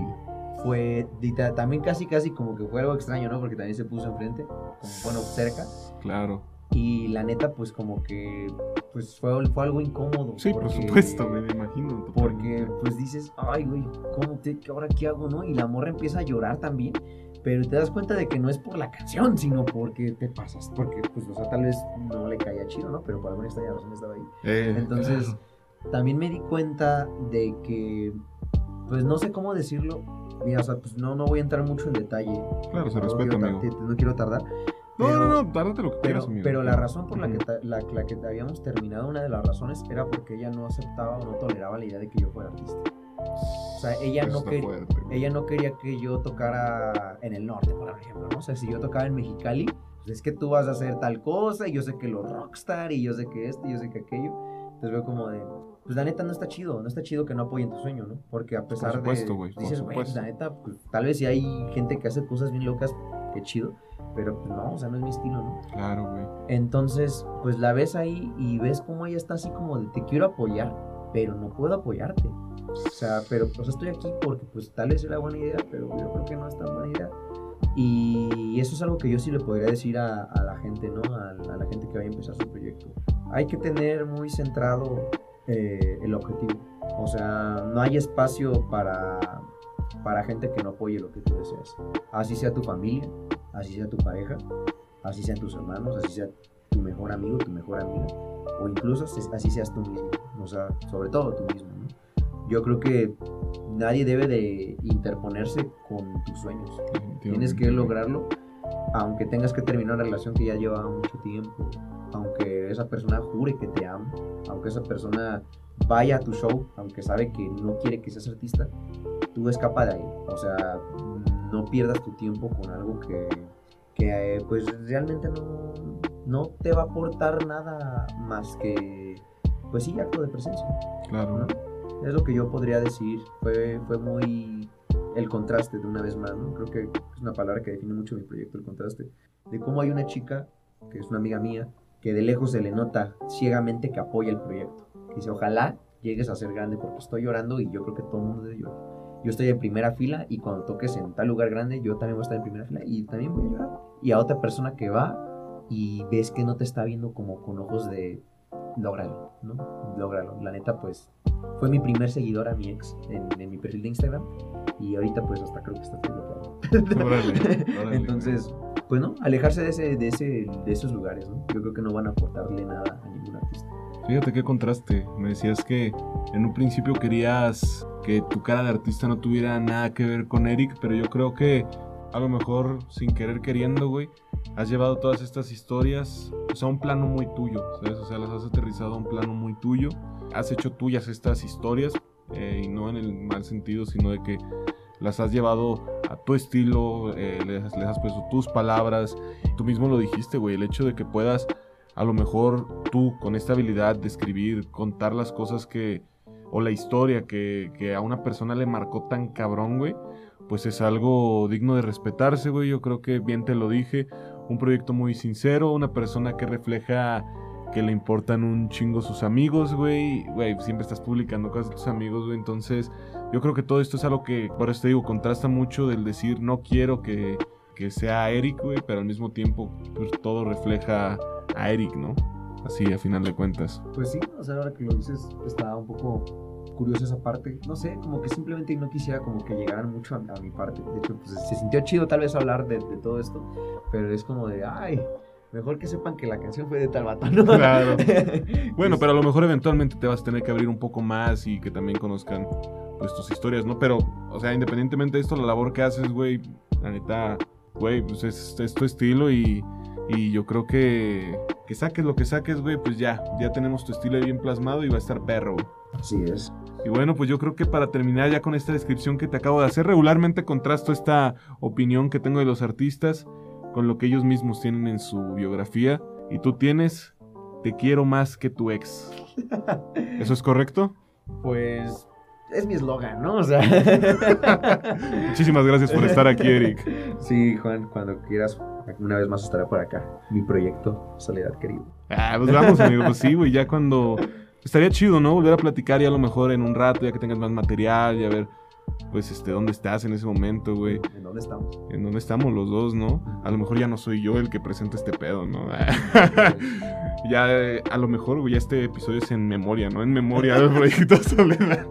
fue también casi como que fue algo extraño, ¿no? Porque también se puso enfrente, como, bueno, cerca. Claro. Y la neta, pues como que pues fue algo incómodo. Sí, por supuesto, me imagino. Porque pues dices, ay, güey, ¿ahora qué hago, no? Y la morra empieza a llorar también, pero te das cuenta de que no es por la canción, sino porque te pasas, porque pues, o sea, tal vez no le caía chido, ¿no? Pero por alguna extraña razón estaba ahí. Entonces, también me di cuenta de que, pues no sé cómo decirlo, mira, o sea, pues no voy a entrar mucho en detalle. Claro, se respeta, amigo. No quiero tardar. No, tárdate lo que quieras, amigo. Pero la razón por la que habíamos terminado, una de las razones, era porque ella no aceptaba o no toleraba la idea de que yo fuera artista. O sea, ella no quería que yo tocara en el norte, por ejemplo, ¿no? O sea, si yo tocaba en Mexicali, pues es que tú vas a hacer tal cosa, y yo sé que lo rockstar, y yo sé que esto, y yo sé que aquello. Entonces veo como de, pues la neta no está chido que no apoyen tu sueño, ¿no? Porque a pesar supuesto, de, güey, por dices, güey, supuesto. la neta, pues, tal vez si hay gente que hace cosas bien locas, qué chido, pero pues no, o sea, no es mi estilo, ¿no? Claro, güey. Entonces, pues la ves ahí y ves cómo ella está así como de, te quiero apoyar, pero no puedo apoyarte. O sea, pero pues estoy aquí porque pues tal vez era buena idea, pero yo creo que no es tan buena idea. Y eso es algo que yo sí le podría decir a la gente, ¿no? A la gente que vaya a empezar su proyecto. Hay que tener muy centrado el objetivo. O sea, no hay espacio para gente que no apoye lo que tú deseas. Así sea tu familia, así sea tu pareja, así sean tus hermanos, así sea tu mejor amigo, tu mejor amiga, o incluso así seas tú mismo. O sea, sobre todo tú mismo, ¿no? Yo creo que nadie debe de interponerse con tus sueños. Tienes que lograrlo, aunque tengas que terminar una relación que ya lleva mucho tiempo, aunque esa persona jure que te ama, aunque esa persona vaya a tu show, aunque sabe que no quiere que seas artista, tú escapa de ahí. O sea, no pierdas tu tiempo con algo que pues realmente no te va a aportar nada más que, pues sí, acto de presencia. Claro. ¿No? Es lo que yo podría decir. Fue muy el contraste de una vez más, ¿no? Creo que es una palabra que define mucho mi proyecto, el contraste. De cómo hay una chica, que es una amiga mía, que de lejos se le nota ciegamente que apoya el proyecto. Que dice, ojalá llegues a ser grande, porque estoy llorando y yo creo que todo el mundo debe llorar. Yo estoy en primera fila y cuando toques en tal lugar grande, yo también voy a estar en primera fila y también voy a llorar. Y a otra persona que va y ves que no te está viendo como con ojos de lógralo, ¿no? Lógralo. La neta, pues, fue mi primer seguidora, mi ex, en mi perfil de Instagram. Y ahorita, pues, hasta creo que está haciendo Órale. Entonces, pues, no, alejarse de esos lugares, ¿no? Yo creo que no van a aportarle nada a ningún artista. Fíjate qué contraste. Me decías que en un principio querías que tu cara de artista no tuviera nada que ver con Eric, pero yo creo que a lo mejor sin querer queriendo, güey, has llevado todas estas historias, pues, a un plano muy tuyo, ¿sabes? O sea, las has aterrizado a un plano muy tuyo. Has hecho tuyas estas historias, y no en el mal sentido, sino de que las has llevado a tu estilo, les has puesto tus palabras. Tú mismo lo dijiste, güey, el hecho de que puedas, a lo mejor tú, con esta habilidad de escribir, contar las cosas o la historia que a una persona le marcó tan cabrón, güey, pues es algo digno de respetarse, güey. Yo creo que bien te lo dije, un proyecto muy sincero, una persona que refleja que le importan un chingo sus amigos, güey, siempre estás publicando cosas de tus amigos, güey, entonces yo creo que todo esto es algo que, por eso te digo, contrasta mucho del decir no quiero que sea Eric, güey, pero al mismo tiempo, pues todo refleja a Eric, ¿no? Así, a final de cuentas. Pues sí, o sea, ahora que lo dices, está un poco curiosa esa parte. No sé, como que simplemente no quisiera como que llegaran mucho a mi parte. De hecho, pues se sintió chido tal vez hablar de todo esto, pero es como de, ay, mejor que sepan que la canción fue de tal vato, ¿no? Claro. Bueno, pero a lo mejor eventualmente te vas a tener que abrir un poco más y que también conozcan, pues, tus historias, ¿no? Pero, o sea, independientemente de esto, la labor que haces, güey, la neta, güey, pues es tu estilo y yo creo que saques lo que saques, güey, pues ya tenemos tu estilo bien plasmado y va a estar perro, güey. Así es. Y bueno, pues yo creo que para terminar ya con esta descripción que te acabo de hacer, regularmente contrasto esta opinión que tengo de los artistas con lo que ellos mismos tienen en su biografía. Y tú tienes, te quiero más que tu ex. ¿Eso es correcto? Pues es mi eslogan, ¿no? O sea. Muchísimas gracias por estar aquí, Eric. Sí, Juan, cuando quieras, una vez más estaré por acá. Mi proyecto, Soledad Querido. Pues vamos, amigo, pues sí, güey, ya cuando... Estaría chido, ¿no? Volver a platicar ya a lo mejor en un rato, ya que tengas más material, ya ver, pues, dónde estás en ese momento, güey. ¿En dónde estamos? En dónde estamos los dos, ¿no? A lo mejor ya no soy yo el que presenta este pedo, ¿no? Ya, a lo mejor, güey, ya este episodio es en memoria, ¿no? En memoria del proyecto Soledad.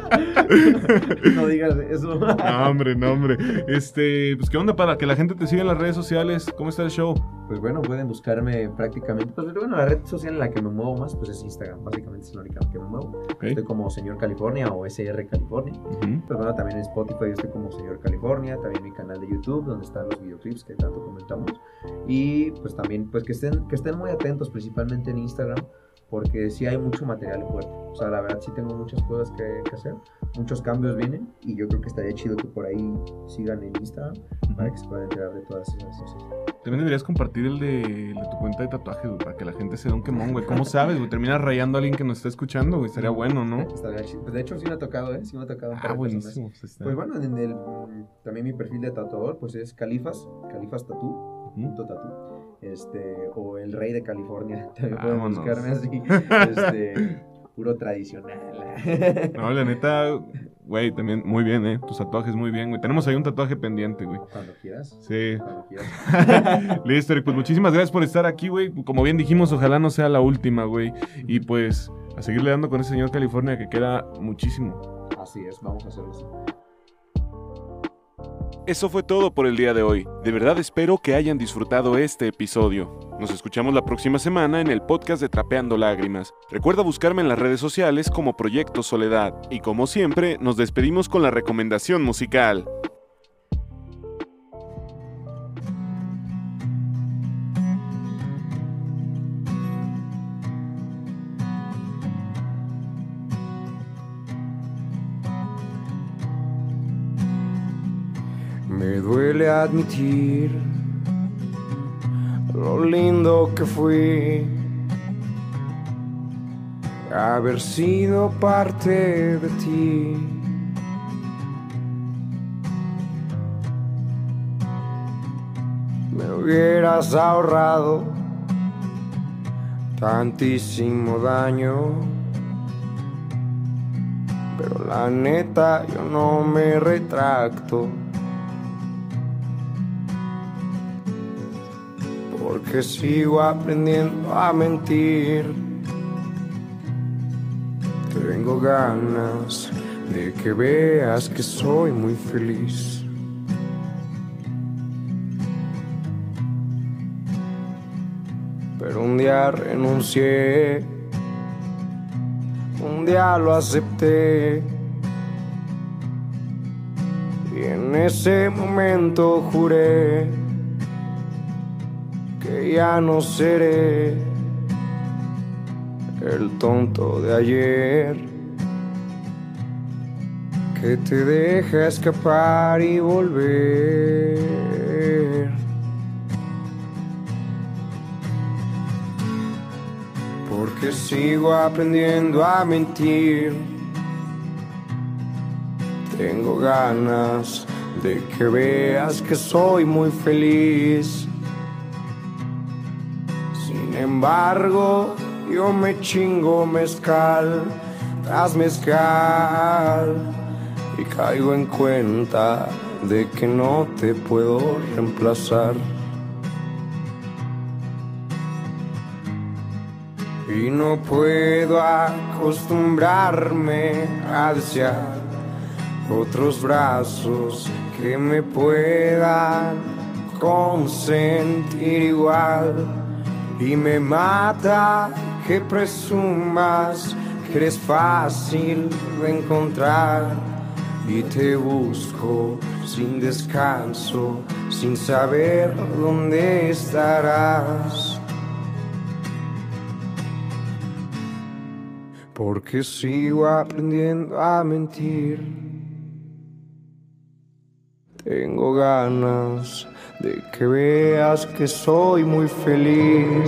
No digas eso. No, hombre. Pues, ¿qué onda para que la gente te siga en las redes sociales? ¿Cómo está el show? Pues bueno, pueden buscarme prácticamente. Pues bueno, la red social en la que me muevo más, pues es Instagram. Básicamente es la única en la que me muevo. Okay. Estoy como Señor California o SR California. Pues bueno, también en Spotify estoy como Señor California. También mi canal de YouTube, donde están los videoclips que tanto comentamos. Y pues también, pues que estén muy atentos, principalmente en Instagram, porque sí hay mucho material fuerte. O sea, la verdad sí tengo muchas cosas que hacer, muchos cambios vienen, y yo creo que estaría chido que por ahí sigan en Instagram para que se puedan enterar de todas esas cosas. También deberías compartir el de tu cuenta de tatuajes, güey, para que la gente se dé un quemón, güey. ¿Cómo sabes, güey? Terminas rayando a alguien que nos está escuchando, güey. Estaría bueno, ¿no? Estaría chido. De hecho, sí me ha tocado, ¿eh? Sí me ha tocado. Buenísimo. Pues bueno, también mi perfil de tatuador, pues es Califas Tattoo, punto tattoo. O el Rey de California. También pueden buscarme así. Puro tradicional. No, la neta, güey, también muy bien, tus tatuajes muy bien, güey. Tenemos ahí un tatuaje pendiente, güey. Cuando quieras. Sí. Cuando quieras. Listo, Eric, pues muchísimas gracias por estar aquí, güey. Como bien dijimos, ojalá no sea la última, güey. Y pues a seguirle dando con ese señor California que queda muchísimo. Así es, vamos a hacerlo así. Eso fue todo por el día de hoy. De verdad espero que hayan disfrutado este episodio. Nos escuchamos la próxima semana en el podcast de Trapeando Lágrimas. Recuerda buscarme en las redes sociales como Proyecto Soledad. Y como siempre, nos despedimos con la recomendación musical. Me duele admitir lo lindo que fui, haber sido parte de ti. Me hubieras ahorrado tantísimo daño, pero la neta yo no me retracto. Porque sigo aprendiendo a mentir. Tengo ganas de que veas que soy muy feliz. Pero un día renuncié, un día lo acepté. Y en ese momento juré que ya no seré el tonto de ayer, que te deja escapar y volver. Porque sigo aprendiendo a mentir. Tengo ganas de que veas que soy muy feliz. Sin embargo, yo me chingo mezcal tras mezcal y caigo en cuenta de que no te puedo reemplazar. Y no puedo acostumbrarme a desear otros brazos que me puedan consentir igual. Y me mata que presumas que eres fácil de encontrar. Y te busco sin descanso, sin saber dónde estarás. Porque sigo aprendiendo a mentir. Tengo ganas de que veas que soy muy feliz.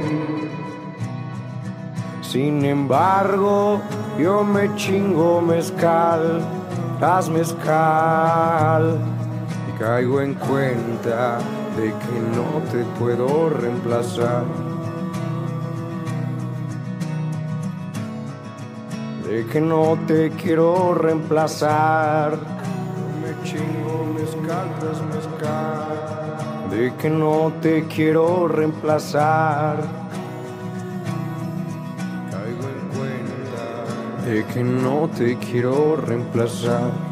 Sin embargo, yo me chingo mezcal tras mezcal y caigo en cuenta de que no te puedo reemplazar. De que no te quiero reemplazar. Me chingo mezcal tras mezcal. De que no te quiero reemplazar. Caigo en cuenta de que no te quiero reemplazar.